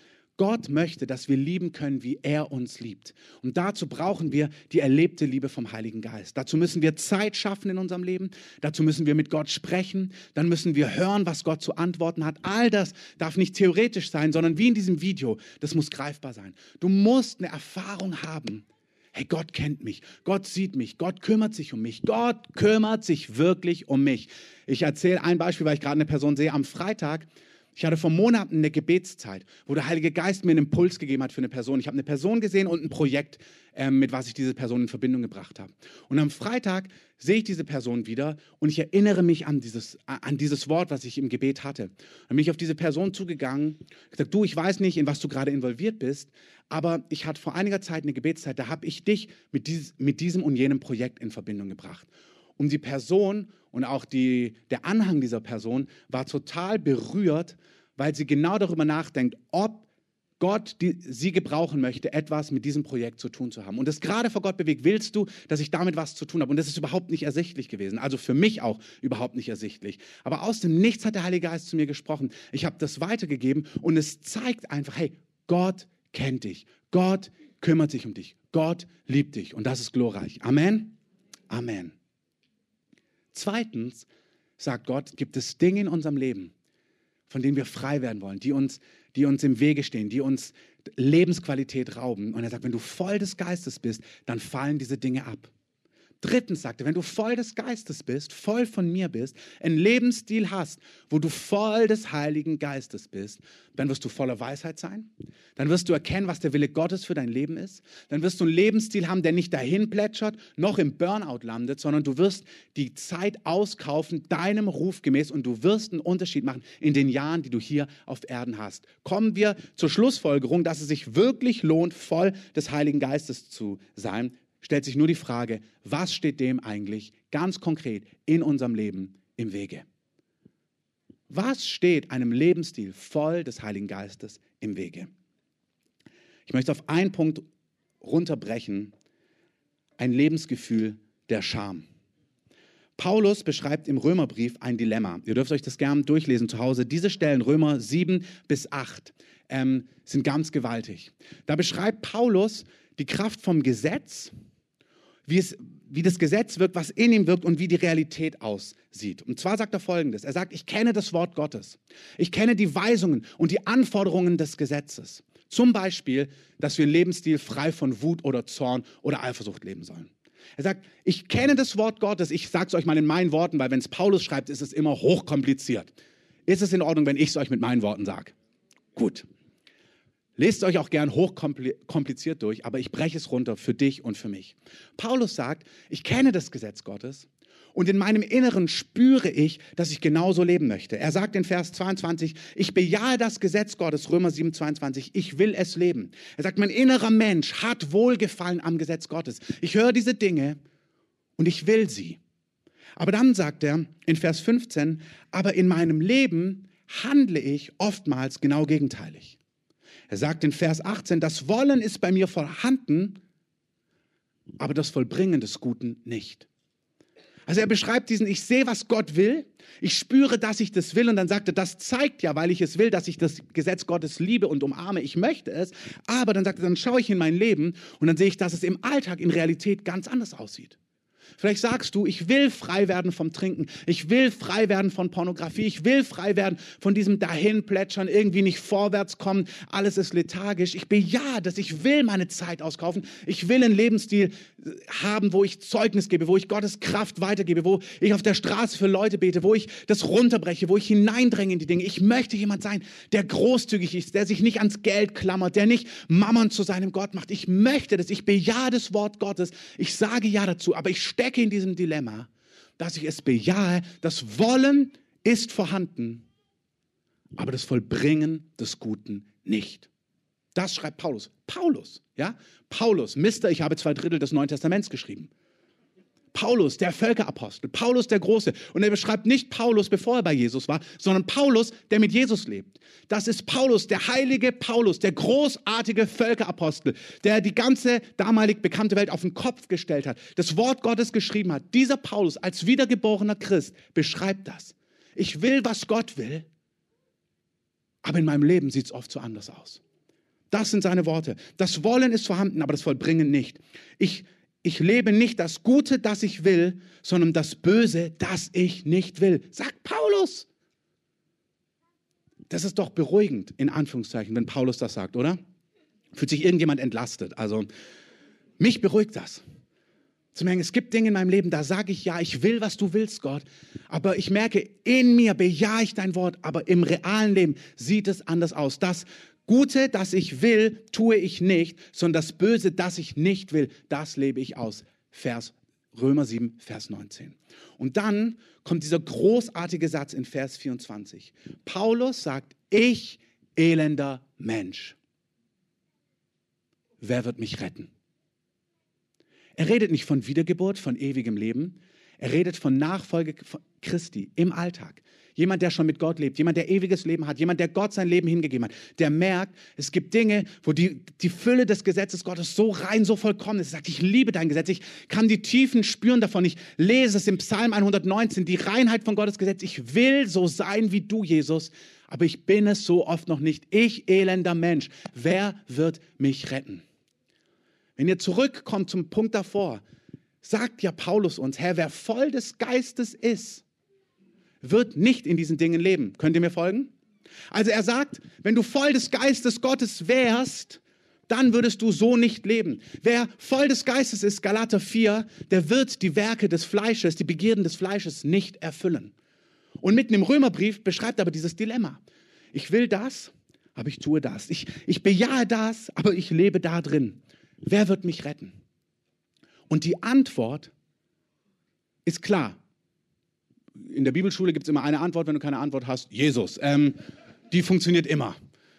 Gott möchte, dass wir lieben können, wie er uns liebt. Und dazu brauchen wir die erlebte Liebe vom Heiligen Geist. Dazu müssen wir Zeit schaffen in unserem Leben. Dazu müssen wir mit Gott sprechen. Dann müssen wir hören, was Gott zu antworten hat. All das darf nicht theoretisch sein, sondern wie in diesem Video, das muss greifbar sein. Du musst eine Erfahrung haben. Hey, Gott kennt mich, Gott sieht mich, Gott kümmert sich um mich, Gott kümmert sich wirklich um mich. Ich erzähle ein Beispiel, weil ich gerade eine Person sehe. Am Freitag, ich hatte vor Monaten eine Gebetszeit, wo der Heilige Geist mir einen Impuls gegeben hat für eine Person. Ich habe eine Person gesehen und ein Projekt, mit was ich diese Person in Verbindung gebracht habe. Und am Freitag sehe ich diese Person wieder und ich erinnere mich an dieses Wort, was ich im Gebet hatte. Dann bin ich auf diese Person zugegangen und gesagt, du, ich weiß nicht, in was du gerade involviert bist, aber ich hatte vor einiger Zeit eine Gebetszeit, da habe ich dich mit diesem und jenem Projekt in Verbindung gebracht. Und die Person und auch der Anhang dieser Person war total berührt, weil sie genau darüber nachdenkt, ob Gott sie gebrauchen möchte, etwas mit diesem Projekt zu tun zu haben. Und das gerade vor Gott bewegt, willst du, dass ich damit was zu tun habe? Und das ist überhaupt nicht ersichtlich gewesen. Also für mich auch überhaupt nicht ersichtlich. Aber aus dem Nichts hat der Heilige Geist zu mir gesprochen. Ich habe das weitergegeben und es zeigt einfach, hey, Gott kennt dich. Gott kümmert sich um dich. Gott liebt dich. Und das ist glorreich. Amen. Amen. Zweitens sagt Gott, gibt es Dinge in unserem Leben, von denen wir frei werden wollen, die uns im Wege stehen, die uns Lebensqualität rauben. Und er sagt, wenn du voll des Geistes bist, dann fallen diese Dinge ab. Drittens sagt er, wenn du voll des Geistes bist, voll von mir bist, einen Lebensstil hast, wo du voll des Heiligen Geistes bist, dann wirst du voller Weisheit sein. Dann wirst du erkennen, was der Wille Gottes für dein Leben ist. Dann wirst du einen Lebensstil haben, der nicht dahin plätschert, noch im Burnout landet, sondern du wirst die Zeit auskaufen, deinem Ruf gemäß, und du wirst einen Unterschied machen in den Jahren, die du hier auf Erden hast. Kommen wir zur Schlussfolgerung, dass es sich wirklich lohnt, voll des Heiligen Geistes zu sein. Stellt sich nur die Frage, was steht dem eigentlich ganz konkret in unserem Leben im Wege? Was steht einem Lebensstil voll des Heiligen Geistes im Wege? Ich möchte auf einen Punkt runterbrechen, ein Lebensgefühl der Scham. Paulus beschreibt im Römerbrief ein Dilemma. Ihr dürft euch das gerne durchlesen zu Hause. Diese Stellen, Römer 7 bis 8, sind ganz gewaltig. Da beschreibt Paulus die Kraft vom Gesetz, wie das Gesetz wirkt, was in ihm wirkt und wie die Realität aussieht. Und zwar sagt er Folgendes. Er sagt, ich kenne das Wort Gottes. Ich kenne die Weisungen und die Anforderungen des Gesetzes. Zum Beispiel, dass wir einen Lebensstil frei von Wut oder Zorn oder Eifersucht leben sollen. Er sagt, ich kenne das Wort Gottes. Ich sage es euch mal in meinen Worten, weil wenn es Paulus schreibt, ist es immer hochkompliziert. Ist es in Ordnung, wenn ich es euch mit meinen Worten sage? Gut. Lest euch auch gern hochkompliziert durch, aber ich breche es runter für dich und für mich. Paulus sagt, ich kenne das Gesetz Gottes Und in meinem Inneren spüre ich, dass ich genauso leben möchte. Er sagt in Vers 22, ich bejahe das Gesetz Gottes, Römer 7, 22, ich will es leben. Er sagt, mein innerer Mensch hat Wohlgefallen am Gesetz Gottes. Ich höre diese Dinge und ich will sie. Aber dann sagt er in Vers 15, aber in meinem Leben handle ich oftmals genau gegenteilig. Er sagt in Vers 18, das Wollen ist bei mir vorhanden, aber das Vollbringen des Guten nicht. Also er beschreibt diesen, ich sehe, was Gott will, ich spüre, dass ich das will und dann sagt er, das zeigt ja, weil ich es will, dass ich das Gesetz Gottes liebe und umarme, ich möchte es, aber dann sagt er, dann schaue ich in mein Leben und dann sehe ich, dass es im Alltag, in Realität ganz anders aussieht. Vielleicht sagst du, ich will frei werden vom Trinken, ich will frei werden von Pornografie, ich will frei werden von diesem Dahinplätschern, irgendwie nicht vorwärts kommen, alles ist lethargisch. Ich bejahe das, ich will meine Zeit auskaufen, ich will einen Lebensstil haben, wo ich Zeugnis gebe, wo ich Gottes Kraft weitergebe, wo ich auf der Straße für Leute bete, wo ich das runterbreche, wo ich hineindränge in die Dinge. Ich möchte jemand sein, der großzügig ist, der sich nicht ans Geld klammert, der nicht Mammon zu seinem Gott macht. Ich möchte das, ich bejahe das Wort Gottes, ich sage ja dazu, aber ich stecke in diesem Dilemma, dass ich es bejahe. Das Wollen ist vorhanden, aber das Vollbringen des Guten nicht. Das schreibt Paulus. Paulus, Mister, ich habe 2/3 des Neuen Testaments geschrieben. Paulus, der Völkerapostel, Paulus der Große. Und er beschreibt nicht Paulus, bevor er bei Jesus war, sondern Paulus, der mit Jesus lebt. Das ist Paulus, der heilige Paulus, der großartige Völkerapostel, der die ganze damalig bekannte Welt auf den Kopf gestellt hat, das Wort Gottes geschrieben hat. Dieser Paulus als wiedergeborener Christ beschreibt das. Ich will, was Gott will, aber in meinem Leben sieht es oft so anders aus. Das sind seine Worte. Das Wollen ist vorhanden, aber das Vollbringen nicht. Ich lebe nicht das Gute, das ich will, sondern das Böse, das ich nicht will, sagt Paulus. Das ist doch beruhigend, in Anführungszeichen, wenn Paulus das sagt, oder? Fühlt sich irgendjemand entlastet? Also, mich beruhigt das. Zu merken, es gibt Dinge in meinem Leben, da sage ich ja, ich will, was du willst, Gott. Aber ich merke, in mir bejahe ich dein Wort, aber im realen Leben sieht es anders aus. Das Gute, das ich will, tue ich nicht, sondern das Böse, das ich nicht will, das lebe ich aus. Römer 7, Vers 19. Und dann kommt dieser großartige Satz in Vers 24. Paulus sagt, ich, elender Mensch, wer wird mich retten? Er redet nicht von Wiedergeburt, von ewigem Leben. Er redet von Nachfolge Christi im Alltag. Jemand, der schon mit Gott lebt, jemand, der ewiges Leben hat, jemand, der Gott sein Leben hingegeben hat, der merkt, es gibt Dinge, wo die Fülle des Gesetzes Gottes so rein, so vollkommen ist. Er sagt, ich liebe dein Gesetz, ich kann die Tiefen spüren davon. Ich lese es im Psalm 119, die Reinheit von Gottes Gesetz. Ich will so sein wie du, Jesus, aber ich bin es so oft noch nicht. Ich, elender Mensch, wer wird mich retten? Wenn ihr zurückkommt zum Punkt davor, sagt ja Paulus uns, Herr, wer voll des Geistes ist, wird nicht in diesen Dingen leben. Könnt ihr mir folgen? Also er sagt, wenn du voll des Geistes Gottes wärst, dann würdest du so nicht leben. Wer voll des Geistes ist, Galater 4, der wird die Werke des Fleisches, die Begierden des Fleisches nicht erfüllen. Und mitten im Römerbrief beschreibt aber dieses Dilemma. Ich will das, aber ich tue das. Ich bejahe das, aber ich lebe da drin. Wer wird mich retten? Und die Antwort ist klar. In der Bibelschule gibt es immer eine Antwort, wenn du keine Antwort hast. Jesus. Die funktioniert immer.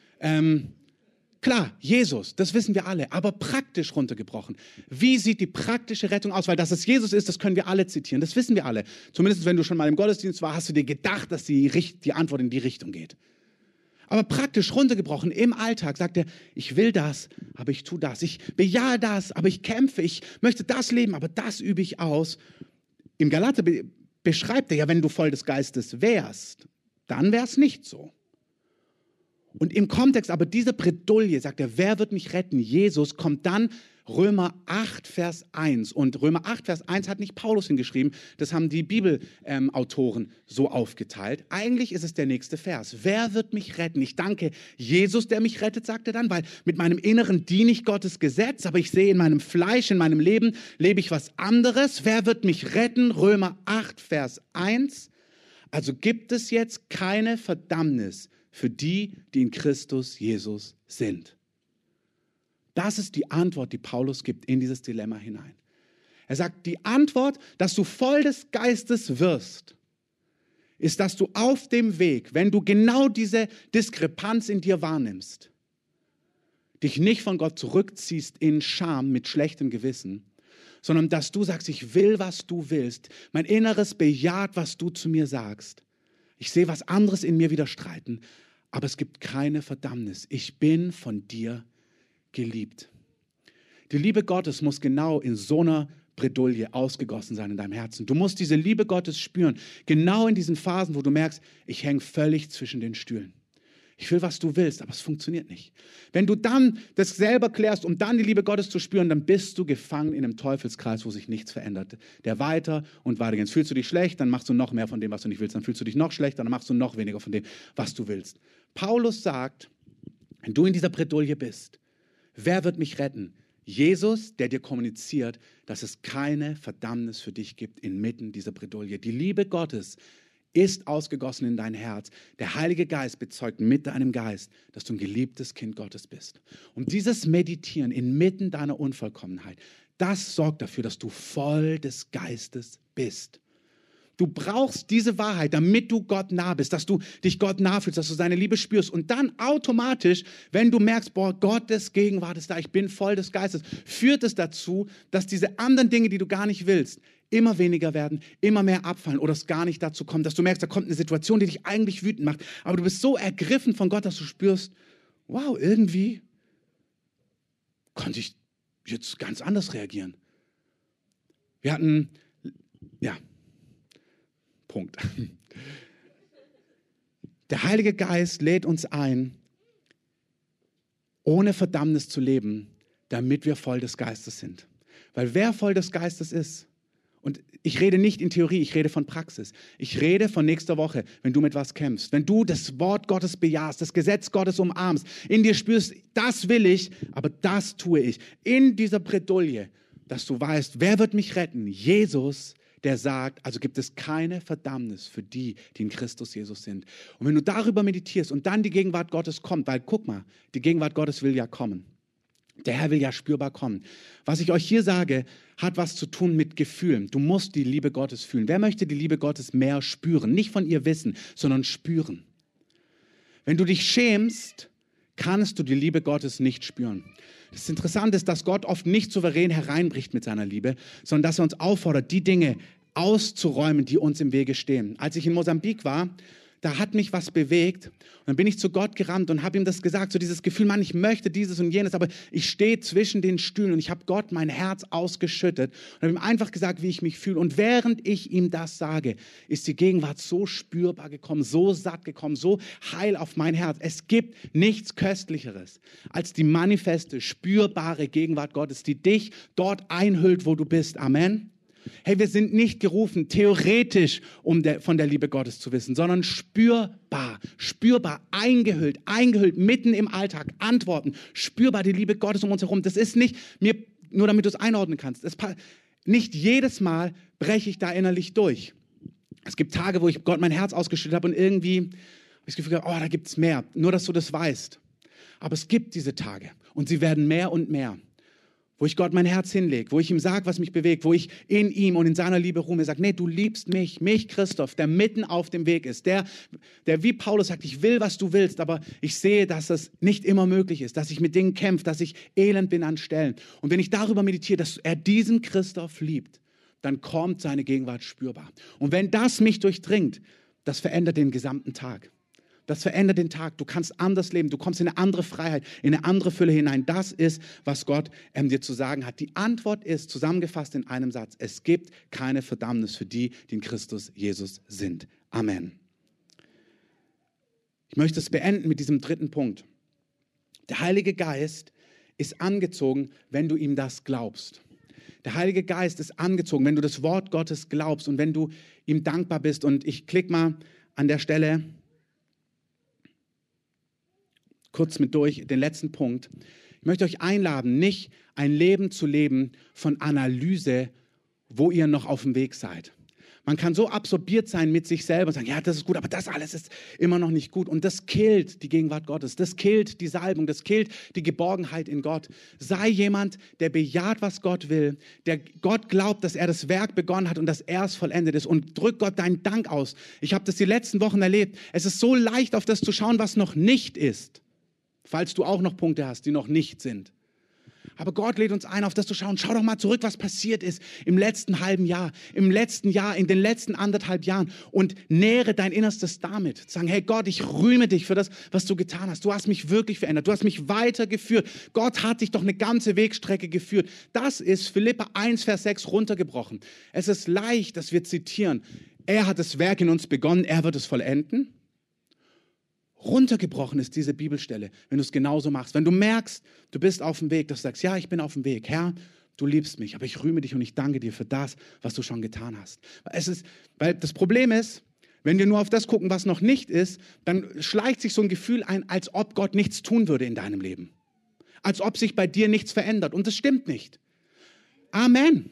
Klar, Jesus, das wissen wir alle, aber praktisch runtergebrochen. Wie sieht die praktische Rettung aus? Weil dass es Jesus ist, das können wir alle zitieren, das wissen wir alle. Zumindest wenn du schon mal im Gottesdienst warst, hast du dir gedacht, dass die Antwort in die Richtung geht. Aber praktisch runtergebrochen im Alltag sagt er, ich will das, aber ich tue das. Ich bejahe das, aber ich kämpfe. Ich möchte das leben, aber das übe ich aus. Im Galater beschreibt er ja, wenn du voll des Geistes wärst, dann wäre es nicht so. Und im Kontext aber dieser Bredouille sagt er, wer wird mich retten? Jesus kommt dann Römer 8, Vers 1. Und Römer 8, Vers 1 hat nicht Paulus hingeschrieben, das haben die Bibelautoren so aufgeteilt. Eigentlich ist es der nächste Vers. Wer wird mich retten? Ich danke Jesus, der mich rettet, sagt er dann, weil mit meinem Inneren diene ich Gottes Gesetz, aber ich sehe in meinem Fleisch, in meinem Leben, lebe ich was anderes. Wer wird mich retten? Römer 8, Vers 1. Also gibt es jetzt keine Verdammnis für die, die in Christus Jesus sind. Das ist die Antwort, die Paulus gibt in dieses Dilemma hinein. Er sagt, die Antwort, dass du voll des Geistes wirst, ist, dass du auf dem Weg, wenn du genau diese Diskrepanz in dir wahrnimmst, dich nicht von Gott zurückziehst in Scham mit schlechtem Gewissen, sondern dass du sagst, ich will, was du willst. Mein Inneres bejaht, was du zu mir sagst. Ich sehe was anderes in mir widerstreiten, aber es gibt keine Verdammnis. Ich bin von dir geliebt. Die Liebe Gottes muss genau in so einer Bredouille ausgegossen sein in deinem Herzen. Du musst diese Liebe Gottes spüren, genau in diesen Phasen, wo du merkst, ich hänge völlig zwischen den Stühlen. Ich will, was du willst, aber es funktioniert nicht. Wenn du dann das selber klärst, um dann die Liebe Gottes zu spüren, dann bist du gefangen in einem Teufelskreis, wo sich nichts verändert. Der weiter und weiter geht. Jetzt fühlst du dich schlecht, dann machst du noch mehr von dem, was du nicht willst. Dann fühlst du dich noch schlechter, dann machst du noch weniger von dem, was du willst. Paulus sagt, wenn du in dieser Bredouille bist, wer wird mich retten? Jesus, der dir kommuniziert, dass es keine Verdammnis für dich gibt inmitten dieser Bredouille. Die Liebe Gottes ist ausgegossen in dein Herz. Der Heilige Geist bezeugt mit deinem Geist, dass du ein geliebtes Kind Gottes bist. Und dieses Meditieren inmitten deiner Unvollkommenheit, das sorgt dafür, dass du voll des Geistes bist. Du brauchst diese Wahrheit, damit du Gott nah bist, dass du dich Gott nah fühlst, dass du seine Liebe spürst. Und dann automatisch, wenn du merkst, boah, Gottes Gegenwart ist da, ich bin voll des Geistes, führt es dazu, dass diese anderen Dinge, die du gar nicht willst, immer weniger werden, immer mehr abfallen oder es gar nicht dazu kommt, dass du merkst, da kommt eine Situation, die dich eigentlich wütend macht, aber du bist so ergriffen von Gott, dass du spürst, wow, irgendwie konnte ich jetzt ganz anders reagieren. Wir hatten, ja, Punkt. Der Heilige Geist lädt uns ein, ohne Verdammnis zu leben, damit wir voll des Geistes sind. Weil wer voll des Geistes ist, und ich rede nicht in Theorie, ich rede von Praxis. Ich rede von nächster Woche, wenn du mit was kämpfst. Wenn du das Wort Gottes bejahst, das Gesetz Gottes umarmst, in dir spürst, das will ich, aber das tue ich. In dieser Bredouille, dass du weißt, wer wird mich retten? Jesus, der sagt, also gibt es keine Verdammnis für die, die in Christus Jesus sind. Und wenn du darüber meditierst und dann die Gegenwart Gottes kommt, weil guck mal, die Gegenwart Gottes will ja kommen. Der Herr will ja spürbar kommen. Was ich euch hier sage, hat was zu tun mit Gefühlen. Du musst die Liebe Gottes fühlen. Wer möchte die Liebe Gottes mehr spüren? Nicht von ihr wissen, sondern spüren. Wenn du dich schämst, kannst du die Liebe Gottes nicht spüren. Das Interessante ist, dass Gott oft nicht souverän hereinbricht mit seiner Liebe, sondern dass er uns auffordert, die Dinge auszuräumen, die uns im Wege stehen. Als ich in Mosambik war, da hat mich was bewegt und dann bin ich zu Gott gerannt und habe ihm das gesagt, so dieses Gefühl, Mann, ich möchte dieses und jenes, aber ich stehe zwischen den Stühlen und ich habe Gott mein Herz ausgeschüttet und habe ihm einfach gesagt, wie ich mich fühle. Und während ich ihm das sage, ist die Gegenwart so spürbar gekommen, so satt gekommen, so heil auf mein Herz. Es gibt nichts Köstlicheres als die manifeste, spürbare Gegenwart Gottes, die dich dort einhüllt, wo du bist. Amen. Hey, wir sind nicht gerufen, theoretisch von der Liebe Gottes zu wissen, sondern spürbar, eingehüllt mitten im Alltag, Antworten, spürbar die Liebe Gottes um uns herum. Das ist nicht, nur damit du es einordnen kannst, nicht jedes Mal breche ich da innerlich durch. Es gibt Tage, wo ich Gott mein Herz ausgeschüttet habe und irgendwie habe ich das Gefühl, oh, da gibt es mehr, nur dass du das weißt. Aber es gibt diese Tage und sie werden mehr und mehr, wo ich Gott mein Herz hinlege, wo ich ihm sage, was mich bewegt, wo ich in ihm und in seiner Liebe ruhe, mir sage, nee, du liebst mich Christoph, der mitten auf dem Weg ist, der wie Paulus sagt, ich will, was du willst, aber ich sehe, dass das nicht immer möglich ist, dass ich mit Dingen kämpfe, dass ich elend bin an Stellen. Und wenn ich darüber meditiere, dass er diesen Christoph liebt, dann kommt seine Gegenwart spürbar. Und wenn das mich durchdringt, das verändert den gesamten Tag. Das verändert den Tag. Du kannst anders leben. Du kommst in eine andere Freiheit, in eine andere Fülle hinein. Das ist, was Gott dir zu sagen hat. Die Antwort ist zusammengefasst in einem Satz. Es gibt keine Verdammnis für die, die in Christus Jesus sind. Amen. Ich möchte es beenden mit diesem dritten Punkt. Der Heilige Geist ist angezogen, wenn du ihm das glaubst. Der Heilige Geist ist angezogen, wenn du das Wort Gottes glaubst und wenn du ihm dankbar bist. Und ich klicke mal an der Stelle kurz mit durch, den letzten Punkt. Ich möchte euch einladen, nicht ein Leben zu leben von Analyse, wo ihr noch auf dem Weg seid. Man kann so absorbiert sein mit sich selber und sagen, ja, das ist gut, aber das alles ist immer noch nicht gut. Und das killt die Gegenwart Gottes, das killt die Salbung, das killt die Geborgenheit in Gott. Sei jemand, der bejaht, was Gott will, der Gott glaubt, dass er das Werk begonnen hat und dass er es vollendet ist, und drück Gott deinen Dank aus. Ich habe das die letzten Wochen erlebt. Es ist so leicht, auf das zu schauen, was noch nicht ist, falls du auch noch Punkte hast, die noch nicht sind. Aber Gott lädt uns ein, auf das zu schauen. Schau doch mal zurück, was passiert ist im letzten halben Jahr, im letzten Jahr, in den letzten 1,5 Jahren, und nähre dein Innerstes damit. Sagen, hey Gott, ich rühme dich für das, was du getan hast. Du hast mich wirklich verändert. Du hast mich weitergeführt. Gott hat dich doch eine ganze Wegstrecke geführt. Das ist Philipper 1, Vers 6 runtergebrochen. Es ist leicht, dass wir zitieren. Er hat das Werk in uns begonnen, er wird es vollenden. Runtergebrochen ist diese Bibelstelle, wenn du es genauso machst. Wenn du merkst, du bist auf dem Weg, dass du sagst, ja, ich bin auf dem Weg. Herr, du liebst mich, aber ich rühme dich und ich danke dir für das, was du schon getan hast. Weil das Problem ist, wenn wir nur auf das gucken, was noch nicht ist, dann schleicht sich so ein Gefühl ein, als ob Gott nichts tun würde in deinem Leben. Als ob sich bei dir nichts verändert. Und das stimmt nicht. Amen.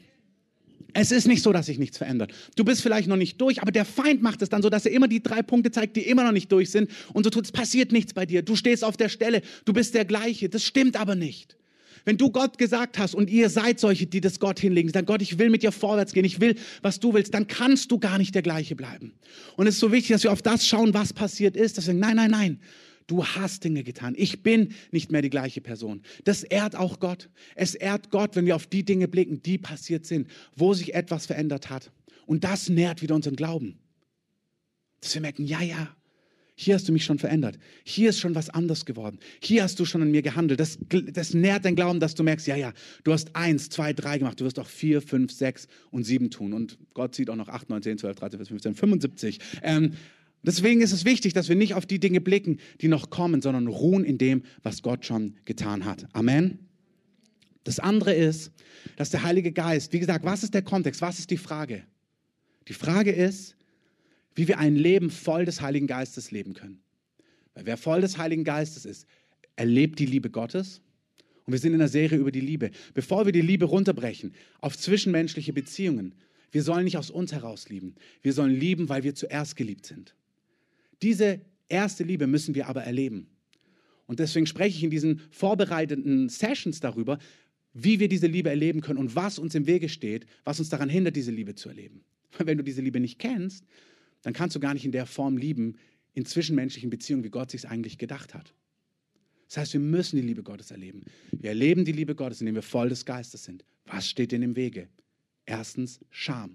Es ist nicht so, dass sich nichts verändert. Du bist vielleicht noch nicht durch, aber der Feind macht es dann so, dass er immer die 3 Punkte zeigt, die immer noch nicht durch sind. Und so tut es, passiert nichts bei dir. Du stehst auf der Stelle, du bist der Gleiche. Das stimmt aber nicht. Wenn du Gott gesagt hast und ihr seid solche, die das Gott hinlegen, sagen, Gott, ich will mit dir vorwärts gehen, ich will, was du willst, dann kannst du gar nicht der Gleiche bleiben. Und es ist so wichtig, dass wir auf das schauen, was passiert ist. Deswegen, nein. Du hast Dinge getan. Ich bin nicht mehr die gleiche Person. Das ehrt auch Gott. Es ehrt Gott, wenn wir auf die Dinge blicken, die passiert sind, wo sich etwas verändert hat. Und das nährt wieder unseren Glauben. Dass wir merken, ja, hier hast du mich schon verändert. Hier ist schon was anders geworden. Hier hast du schon an mir gehandelt. Das nährt dein Glauben, dass du merkst, ja, du hast 1, 2, 3 gemacht. Du wirst auch 4, 5, 6 und 7 tun. Und Gott sieht auch noch 8, 9, 10, 12, 13, 14, 15, 75. Deswegen ist es wichtig, dass wir nicht auf die Dinge blicken, die noch kommen, sondern ruhen in dem, was Gott schon getan hat. Amen. Das andere ist, dass der Heilige Geist, wie gesagt, was ist der Kontext? Was ist die Frage? Die Frage ist, wie wir ein Leben voll des Heiligen Geistes leben können. Weil wer voll des Heiligen Geistes ist, erlebt die Liebe Gottes. Und wir sind in einer Serie über die Liebe. Bevor wir die Liebe runterbrechen auf zwischenmenschliche Beziehungen, wir sollen nicht aus uns heraus lieben. Wir sollen lieben, weil wir zuerst geliebt sind. Diese erste Liebe müssen wir aber erleben. Und deswegen spreche ich in diesen vorbereitenden Sessions darüber, wie wir diese Liebe erleben können und was uns im Wege steht, was uns daran hindert, diese Liebe zu erleben. Weil wenn du diese Liebe nicht kennst, dann kannst du gar nicht in der Form lieben, in zwischenmenschlichen Beziehungen, wie Gott sich es eigentlich gedacht hat. Das heißt, wir müssen die Liebe Gottes erleben. Wir erleben die Liebe Gottes, indem wir voll des Geistes sind. Was steht denn im Wege? Erstens Scham.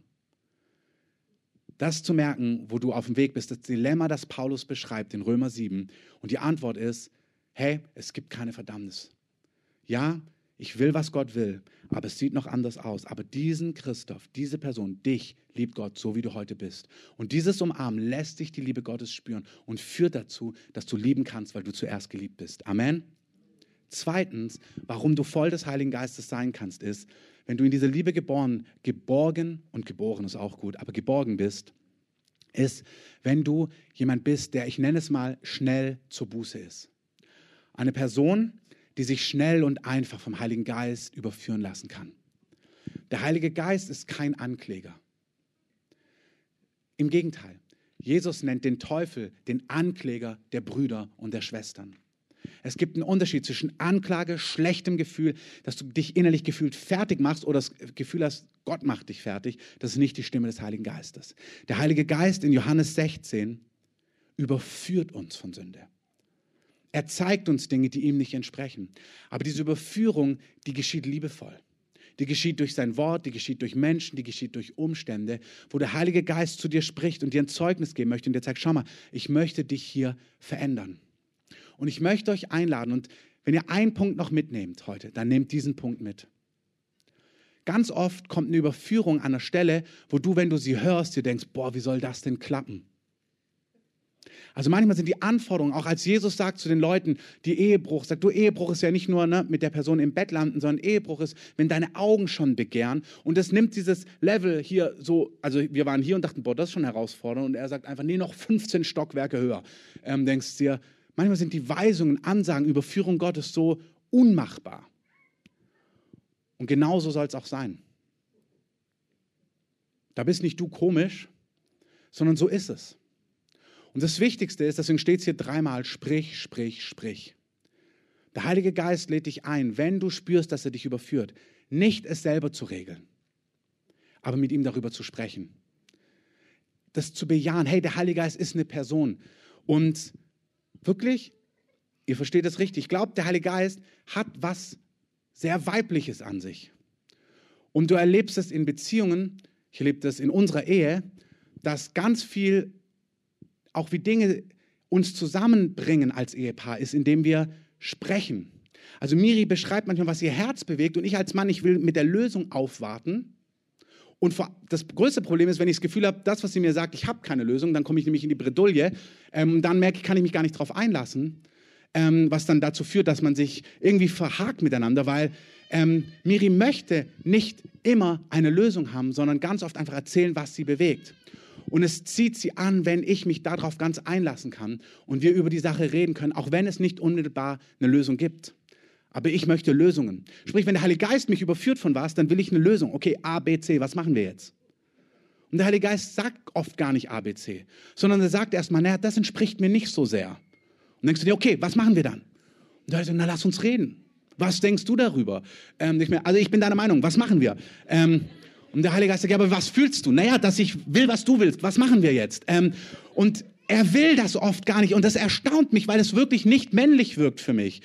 Das zu merken, wo du auf dem Weg bist, das Dilemma, das Paulus beschreibt in Römer 7. Und die Antwort ist, hey, es gibt keine Verdammnis. Ja, ich will, was Gott will, aber es sieht noch anders aus. Aber diesen Christoph, diese Person, dich liebt Gott, so wie du heute bist. Und dieses Umarmen lässt dich die Liebe Gottes spüren und führt dazu, dass du lieben kannst, weil du zuerst geliebt bist. Amen. Zweitens, warum du voll des Heiligen Geistes sein kannst, ist, wenn du in diese Liebe geborgen und geboren ist auch gut, aber geborgen bist, ist, wenn du jemand bist, der, ich nenne es mal, schnell zur Buße ist. Eine Person, die sich schnell und einfach vom Heiligen Geist überführen lassen kann. Der Heilige Geist ist kein Ankläger. Im Gegenteil, Jesus nennt den Teufel den Ankläger der Brüder und der Schwestern. Es gibt einen Unterschied zwischen Anklage, schlechtem Gefühl, dass du dich innerlich gefühlt fertig machst oder das Gefühl hast, Gott macht dich fertig. Das ist nicht die Stimme des Heiligen Geistes. Der Heilige Geist in Johannes 16 überführt uns von Sünde. Er zeigt uns Dinge, die ihm nicht entsprechen. Aber diese Überführung, die geschieht liebevoll. Die geschieht durch sein Wort, die geschieht durch Menschen, die geschieht durch Umstände, wo der Heilige Geist zu dir spricht und dir ein Zeugnis geben möchte und dir zeigt, schau mal, ich möchte dich hier verändern. Und ich möchte euch einladen, und wenn ihr einen Punkt noch mitnehmt heute, dann nehmt diesen Punkt mit. Ganz oft kommt eine Überführung an einer Stelle, wo du, wenn du sie hörst, dir denkst, boah, wie soll das denn klappen? Also manchmal sind die Anforderungen, auch als Jesus sagt zu den Leuten, die Ehebruch, sagt, du, Ehebruch ist ja nicht nur mit der Person im Bett landen, sondern Ehebruch ist, wenn deine Augen schon begehren. Und das nimmt dieses Level hier so, also wir waren hier und dachten, boah, das ist schon herausfordernd. Und er sagt einfach, nee, noch 15 Stockwerke höher. Denkst dir, manchmal sind die Weisungen, Ansagen, Überführung Gottes so unmachbar. Und genauso soll es auch sein. Da bist nicht du komisch, sondern so ist es. Und das Wichtigste ist, deswegen steht es hier dreimal, sprich, sprich, sprich. Der Heilige Geist lädt dich ein, wenn du spürst, dass er dich überführt, nicht es selber zu regeln, aber mit ihm darüber zu sprechen. Das zu bejahen, hey, der Heilige Geist ist eine Person. Und wirklich, ihr versteht das richtig, ich glaube, der Heilige Geist hat was sehr Weibliches an sich. Und du erlebst es in Beziehungen, ich erlebe das in unserer Ehe, dass ganz viel, auch wie Dinge uns zusammenbringen als Ehepaar, ist, indem wir sprechen. Also Miri beschreibt manchmal, was ihr Herz bewegt und ich als Mann, ich will mit der Lösung aufwarten. Und das größte Problem ist, wenn ich das Gefühl habe, das, was sie mir sagt, ich habe keine Lösung, dann komme ich nämlich in die Bredouille. Dann merke ich, kann ich mich gar nicht darauf einlassen, was dann dazu führt, dass man sich irgendwie verhakt miteinander, weil Miri möchte nicht immer eine Lösung haben, sondern ganz oft einfach erzählen, was sie bewegt. Und es zieht sie an, wenn ich mich darauf ganz einlassen kann und wir über die Sache reden können, auch wenn es nicht unmittelbar eine Lösung gibt. Aber ich möchte Lösungen. Sprich, wenn der Heilige Geist mich überführt von was, dann will ich eine Lösung. Okay, A, B, C, was machen wir jetzt? Und der Heilige Geist sagt oft gar nicht A, B, C, sondern er sagt erstmal, naja, das entspricht mir nicht so sehr. Und denkst du dir, okay, was machen wir dann? Und der sagt, na, lass uns reden. Was denkst du darüber? Nicht mehr, also ich bin deiner Meinung, was machen wir? Und der Heilige Geist sagt, ja, aber was fühlst du? Naja, dass ich will, was du willst. Was machen wir jetzt? Und er will das oft gar nicht. Und das erstaunt mich, weil es wirklich nicht männlich wirkt für mich.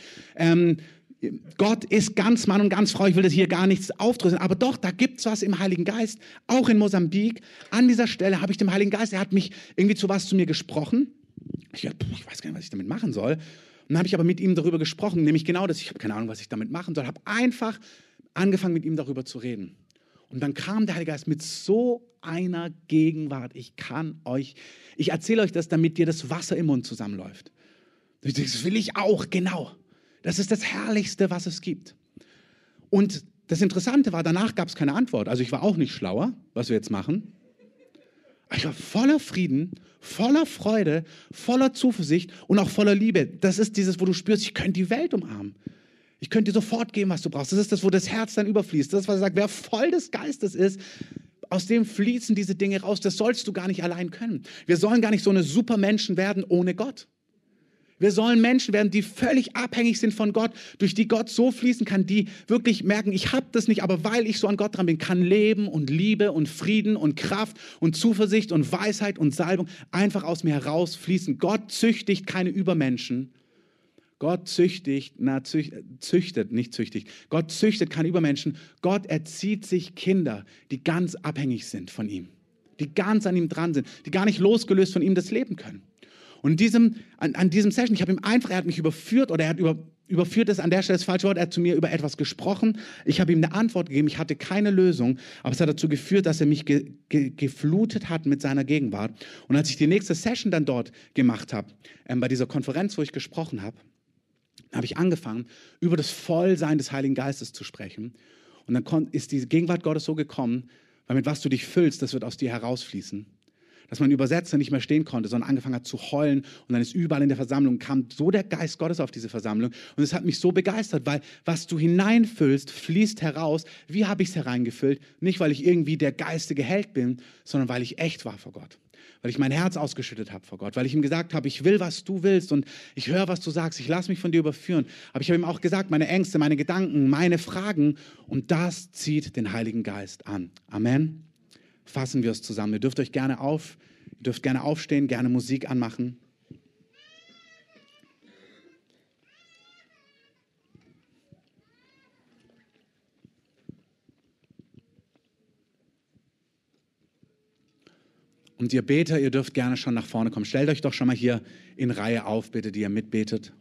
Gott ist ganz Mann und ganz Frau. Ich will das hier gar nichts aufdröseln. Aber doch, da gibt es was im Heiligen Geist. Auch in Mosambik. An dieser Stelle habe ich dem Heiligen Geist, er hat mich irgendwie zu mir gesprochen. Ich weiß gar nicht, was ich damit machen soll. Und dann habe ich aber mit ihm darüber gesprochen, nämlich genau das. Ich habe keine Ahnung, was ich damit machen soll. Habe einfach angefangen, mit ihm darüber zu reden. Und dann kam der Heilige Geist mit so einer Gegenwart. Ich erzähle euch das, damit dir das Wasser im Mund zusammenläuft. Das will ich auch, genau. Das ist das Herrlichste, was es gibt. Und das Interessante war, danach gab es keine Antwort. Also ich war auch nicht schlauer, was wir jetzt machen. Ich war voller Frieden, voller Freude, voller Zuversicht und auch voller Liebe. Das ist dieses, wo du spürst, ich könnte die Welt umarmen. Ich könnte dir sofort geben, was du brauchst. Das ist das, wo das Herz dann überfließt. Das ist, was er sagt, wer voll des Geistes ist, aus dem fließen diese Dinge raus. Das sollst du gar nicht allein können. Wir sollen gar nicht so eine Supermenschen werden ohne Gott. Wir sollen Menschen werden, die völlig abhängig sind von Gott, durch die Gott so fließen kann, die wirklich merken, ich habe das nicht, aber weil ich so an Gott dran bin, kann Leben und Liebe und Frieden und Kraft und Zuversicht und Weisheit und Salbung einfach aus mir herausfließen. Gott züchtigt keine Übermenschen. Gott züchtet keine Übermenschen. Gott erzieht sich Kinder, die ganz abhängig sind von ihm, die ganz an ihm dran sind, die gar nicht losgelöst von ihm das leben können. Und an diesem Session, er hat mich überführt, oder überführt ist an der Stelle das falsche Wort, er hat zu mir über etwas gesprochen, ich habe ihm eine Antwort gegeben, ich hatte keine Lösung, aber es hat dazu geführt, dass er mich geflutet hat mit seiner Gegenwart. Und als ich die nächste Session dann dort gemacht habe, bei dieser Konferenz, wo ich gesprochen habe, habe ich angefangen, über das Vollsein des Heiligen Geistes zu sprechen. Und dann ist die Gegenwart Gottes so gekommen, weil mit was du dich füllst, das wird aus dir herausfließen. Dass mein Übersetzer nicht mehr stehen konnte, sondern angefangen hat zu heulen. Und dann ist überall in der Versammlung, kam so der Geist Gottes auf diese Versammlung. Und es hat mich so begeistert, weil was du hineinfüllst, fließt heraus. Wie habe ich es hereingefüllt? Nicht, weil ich irgendwie der geistige Held bin, sondern weil ich echt war vor Gott. Weil ich mein Herz ausgeschüttet habe vor Gott, weil ich ihm gesagt habe, ich will, was du willst und ich höre, was du sagst, ich lasse mich von dir überführen. Aber ich habe ihm auch gesagt, meine Ängste, meine Gedanken, meine Fragen, und das zieht den Heiligen Geist an. Amen. Fassen wir es zusammen. Ihr dürft gerne aufstehen, gerne Musik anmachen. Und ihr Beter, ihr dürft gerne schon nach vorne kommen. Stellt euch doch schon mal hier in Reihe auf, bitte, die ihr mitbetet.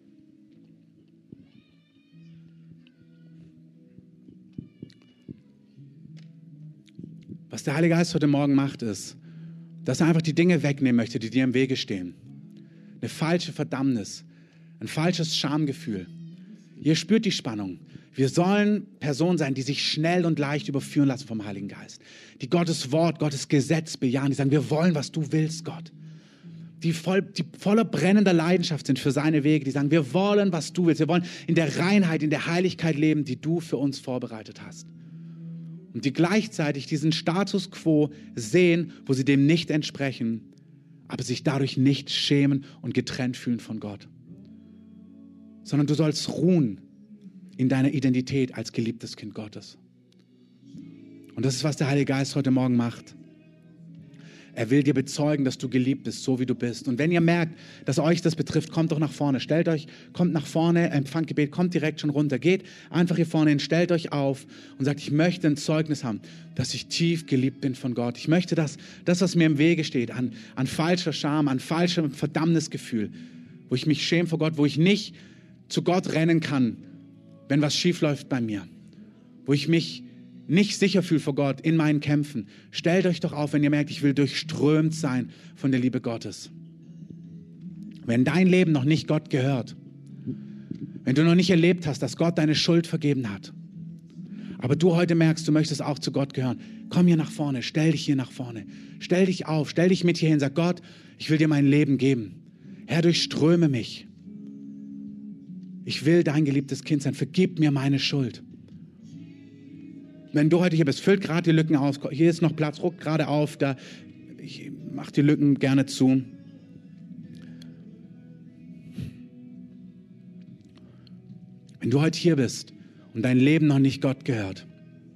Was der Heilige Geist heute Morgen macht, ist, dass er einfach die Dinge wegnehmen möchte, die dir im Wege stehen. Eine falsche Verdammnis, ein falsches Schamgefühl. Ihr spürt die Spannung. Wir sollen Personen sein, die sich schnell und leicht überführen lassen vom Heiligen Geist. Die Gottes Wort, Gottes Gesetz bejahen, die sagen, wir wollen, was du willst, Gott. Die voller brennender Leidenschaft sind für seine Wege, die sagen, wir wollen, was du willst. Wir wollen in der Reinheit, in der Heiligkeit leben, die du für uns vorbereitet hast. und die gleichzeitig diesen Status quo sehen, wo sie dem nicht entsprechen, aber sich dadurch nicht schämen und getrennt fühlen von Gott. Sondern du sollst ruhen in deiner Identität als geliebtes Kind Gottes. Und das ist, was der Heilige Geist heute Morgen macht. Er will dir bezeugen, dass du geliebt bist, so wie du bist. Und wenn ihr merkt, dass euch das betrifft, kommt doch nach vorne. Kommt nach vorne, empfangt Gebet, kommt direkt schon runter. Geht einfach hier vorne hin, stellt euch auf und sagt, ich möchte ein Zeugnis haben, dass ich tief geliebt bin von Gott. Ich möchte, dass das, was mir im Wege steht, an falscher Scham, an falschem Verdammnisgefühl, wo ich mich schäme vor Gott, wo ich nicht zu Gott rennen kann, wenn was schief läuft bei mir, wo ich mich nicht sicher fühle vor Gott in meinen Kämpfen. Stellt euch doch auf, wenn ihr merkt, ich will durchströmt sein von der Liebe Gottes. Wenn dein Leben noch nicht Gott gehört, wenn du noch nicht erlebt hast, dass Gott deine Schuld vergeben hat, aber du heute merkst, du möchtest auch zu Gott gehören, komm hier nach vorne, stell dich hier nach vorne, stell dich auf, stell dich mit hier hin, sag Gott, ich will dir mein Leben geben. Herr, durchströme mich. Ich will dein geliebtes Kind sein, vergib mir meine Schuld. Wenn du heute hier bist, füllt gerade die Lücken aus. Hier ist noch Platz, ruck gerade auf. Ich mache die Lücken gerne zu. Wenn du heute hier bist und dein Leben noch nicht Gott gehört,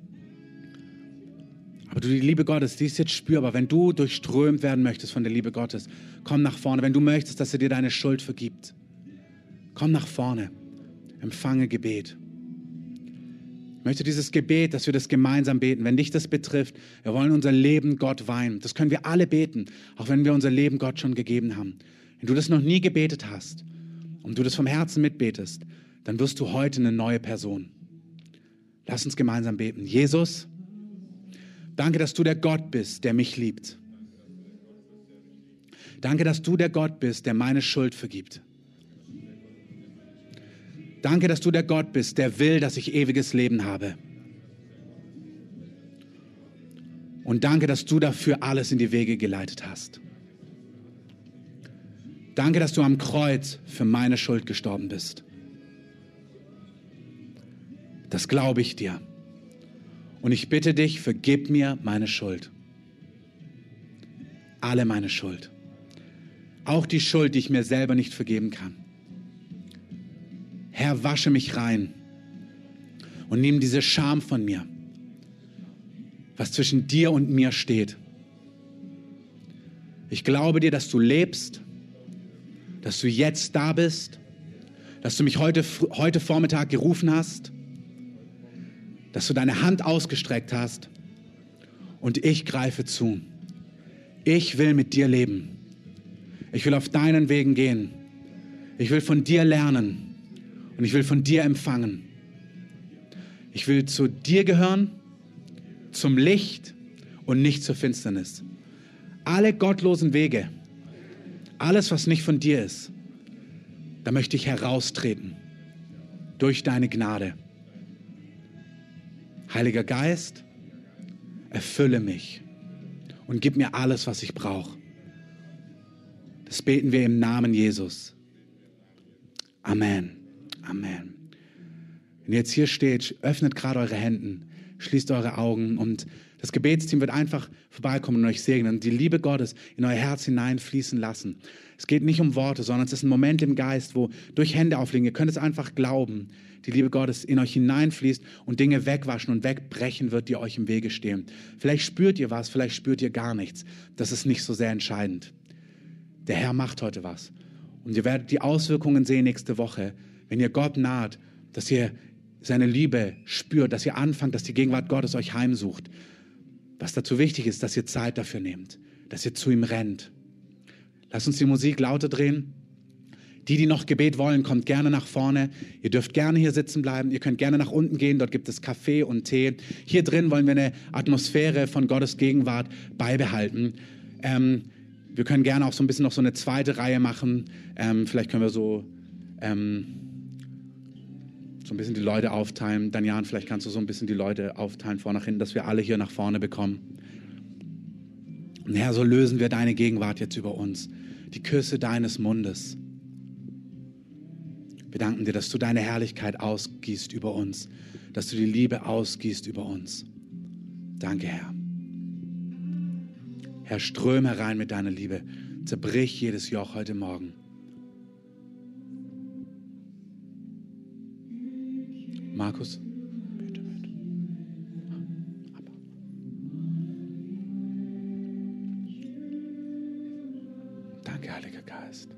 aber du die Liebe Gottes, die ist jetzt spürbar. Wenn du durchströmt werden möchtest von der Liebe Gottes, komm nach vorne. Wenn du möchtest, dass er dir deine Schuld vergibt, komm nach vorne. Empfange Gebet. Ich möchte dieses Gebet, dass wir das gemeinsam beten. Wenn dich das betrifft, wir wollen unser Leben Gott weihen. Das können wir alle beten, auch wenn wir unser Leben Gott schon gegeben haben. Wenn du das noch nie gebetet hast und du das vom Herzen mitbetest, dann wirst du heute eine neue Person. Lass uns gemeinsam beten. Jesus, danke, dass du der Gott bist, der mich liebt. Danke, dass du der Gott bist, der meine Schuld vergibt. Danke, dass du der Gott bist, der will, dass ich ewiges Leben habe. Und danke, dass du dafür alles in die Wege geleitet hast. Danke, dass du am Kreuz für meine Schuld gestorben bist. Das glaube ich dir. Und ich bitte dich, vergib mir meine Schuld. Alle meine Schuld. Auch die Schuld, die ich mir selber nicht vergeben kann. Herr, wasche mich rein und nimm diese Scham von mir, was zwischen dir und mir steht. Ich glaube dir, dass du lebst, dass du jetzt da bist, dass du mich heute Vormittag gerufen hast, dass du deine Hand ausgestreckt hast und ich greife zu. Ich will mit dir leben. Ich will auf deinen Wegen gehen. Ich will von dir lernen. Und ich will von dir empfangen. Ich will zu dir gehören, zum Licht und nicht zur Finsternis. Alle gottlosen Wege, alles, was nicht von dir ist, da möchte ich heraustreten durch deine Gnade. Heiliger Geist, erfülle mich und gib mir alles, was ich brauche. Das beten wir im Namen Jesus. Amen. Amen. Wenn ihr jetzt hier steht, öffnet gerade eure Hände, schließt eure Augen und das Gebetsteam wird einfach vorbeikommen und euch segnen und die Liebe Gottes in euer Herz hineinfließen lassen. Es geht nicht um Worte, sondern es ist ein Moment im Geist, wo durch Hände auflegen, ihr könnt es einfach glauben, die Liebe Gottes in euch hineinfließt und Dinge wegwaschen und wegbrechen wird, die euch im Wege stehen. Vielleicht spürt ihr was, vielleicht spürt ihr gar nichts. Das ist nicht so sehr entscheidend. Der Herr macht heute was. Und ihr werdet die Auswirkungen sehen nächste Woche, wenn ihr Gott naht, dass ihr seine Liebe spürt, dass ihr anfangt, dass die Gegenwart Gottes euch heimsucht. Was dazu wichtig ist, dass ihr Zeit dafür nehmt, dass ihr zu ihm rennt. Lasst uns die Musik lauter drehen. Die noch Gebet wollen, kommt gerne nach vorne. Ihr dürft gerne hier sitzen bleiben. Ihr könnt gerne nach unten gehen. Dort gibt es Kaffee und Tee. Hier drin wollen wir eine Atmosphäre von Gottes Gegenwart beibehalten. Wir können gerne auch so ein bisschen noch so eine zweite Reihe machen. Vielleicht können wir so ein bisschen die Leute aufteilen. Danian, vielleicht kannst du so ein bisschen die Leute aufteilen vor nach hinten, dass wir alle hier nach vorne bekommen. Und Herr, so lösen wir deine Gegenwart jetzt über uns. Die Küsse deines Mundes. Wir danken dir, dass du deine Herrlichkeit ausgießt über uns, dass du die Liebe ausgießt über uns. Danke, Herr. Herr, ström herein mit deiner Liebe. Zerbrich jedes Joch heute Morgen. Markus? Bitte, bitte. Danke, Heiliger Geist.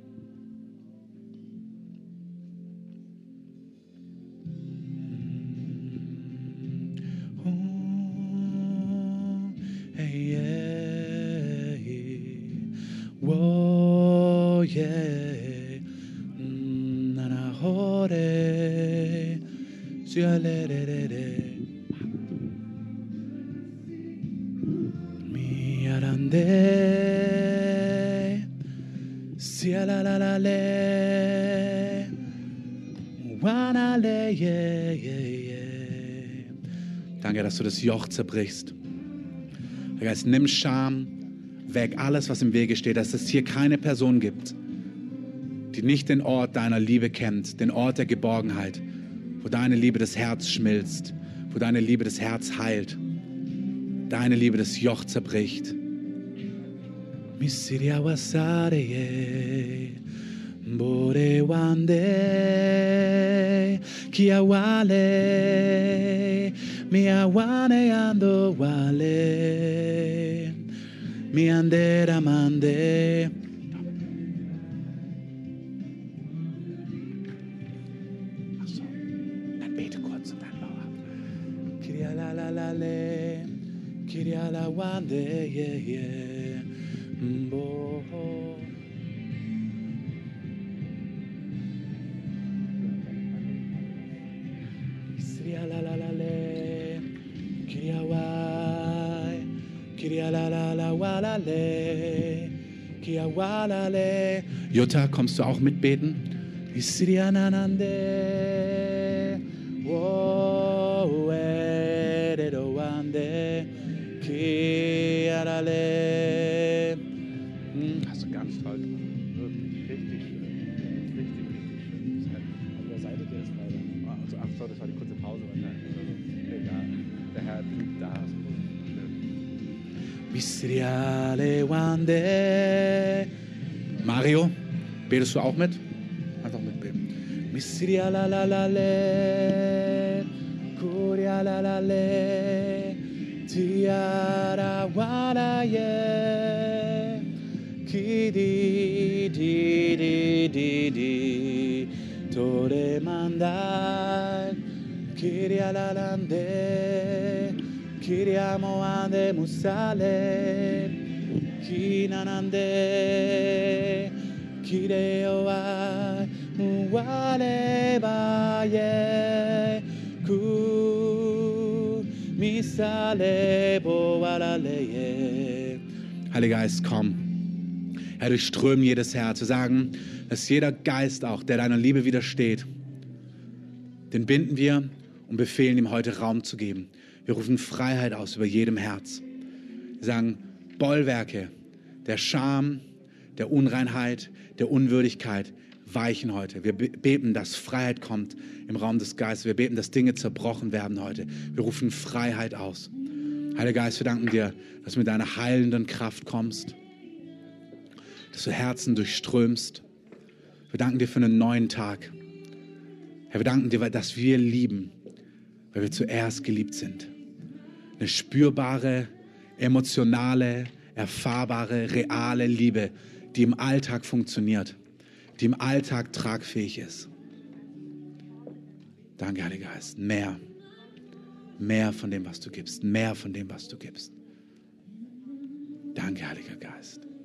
Danke, dass du das Joch zerbrichst. Herr Geist, nimm Scham weg, alles, was im Wege steht, dass es hier keine Person gibt, die nicht den Ort deiner Liebe kennt, den Ort der Geborgenheit, wo deine Liebe das Herz schmilzt, wo deine Liebe das Herz heilt, deine Liebe das Joch zerbricht. Misiria wasare bore wande kiawale mi awane ando wale mi andera mande. Achso, dann bete kurz und dann bau ab. Kiria la la la le, kiria la wande ye ye mbo. Kiria la la la le, kiria wai, kiria la la la wala le, kiria wala le. Jutta, kommst du auch mitbeten? Kiria nanande, wo ere do wande, kiria le. Hast du ganz toll gemacht. Wirklich richtig schön. Richtig schön. An der Seite der ist leider. Also, ach so, das war die kurze Pause. Egal. Der Herr blieb da. Misriale Wande. Mario, betest du auch mit? Einfach mitbeten. Misriala la la le. Kuria la la le. Tiara wala ye. Ki di di di di di tore mandai kiria la lande kiria moande musale kinanande kireo wa muale baye ku misale boalale. Heiliger Geist, komm. Herr, durchströmen jedes Herz. Wir sagen, dass jeder Geist auch, der deiner Liebe widersteht, den binden wir und befehlen ihm heute Raum zu geben. Wir rufen Freiheit aus über jedem Herz. Wir sagen, Bollwerke der Scham, der Unreinheit, der Unwürdigkeit weichen heute. Wir beten, dass Freiheit kommt im Raum des Geistes. Wir beten, dass Dinge zerbrochen werden heute. Wir rufen Freiheit aus. Heiliger Geist, wir danken dir, dass du mit deiner heilenden Kraft kommst, dass du Herzen durchströmst. Wir danken dir für einen neuen Tag. Herr, wir danken dir, dass wir lieben, weil wir zuerst geliebt sind. Eine spürbare, emotionale, erfahrbare, reale Liebe, die im Alltag funktioniert, die im Alltag tragfähig ist. Danke, Heiliger Geist. Mehr von dem, was du gibst. Mehr von dem, was du gibst. Danke, Heiliger Geist.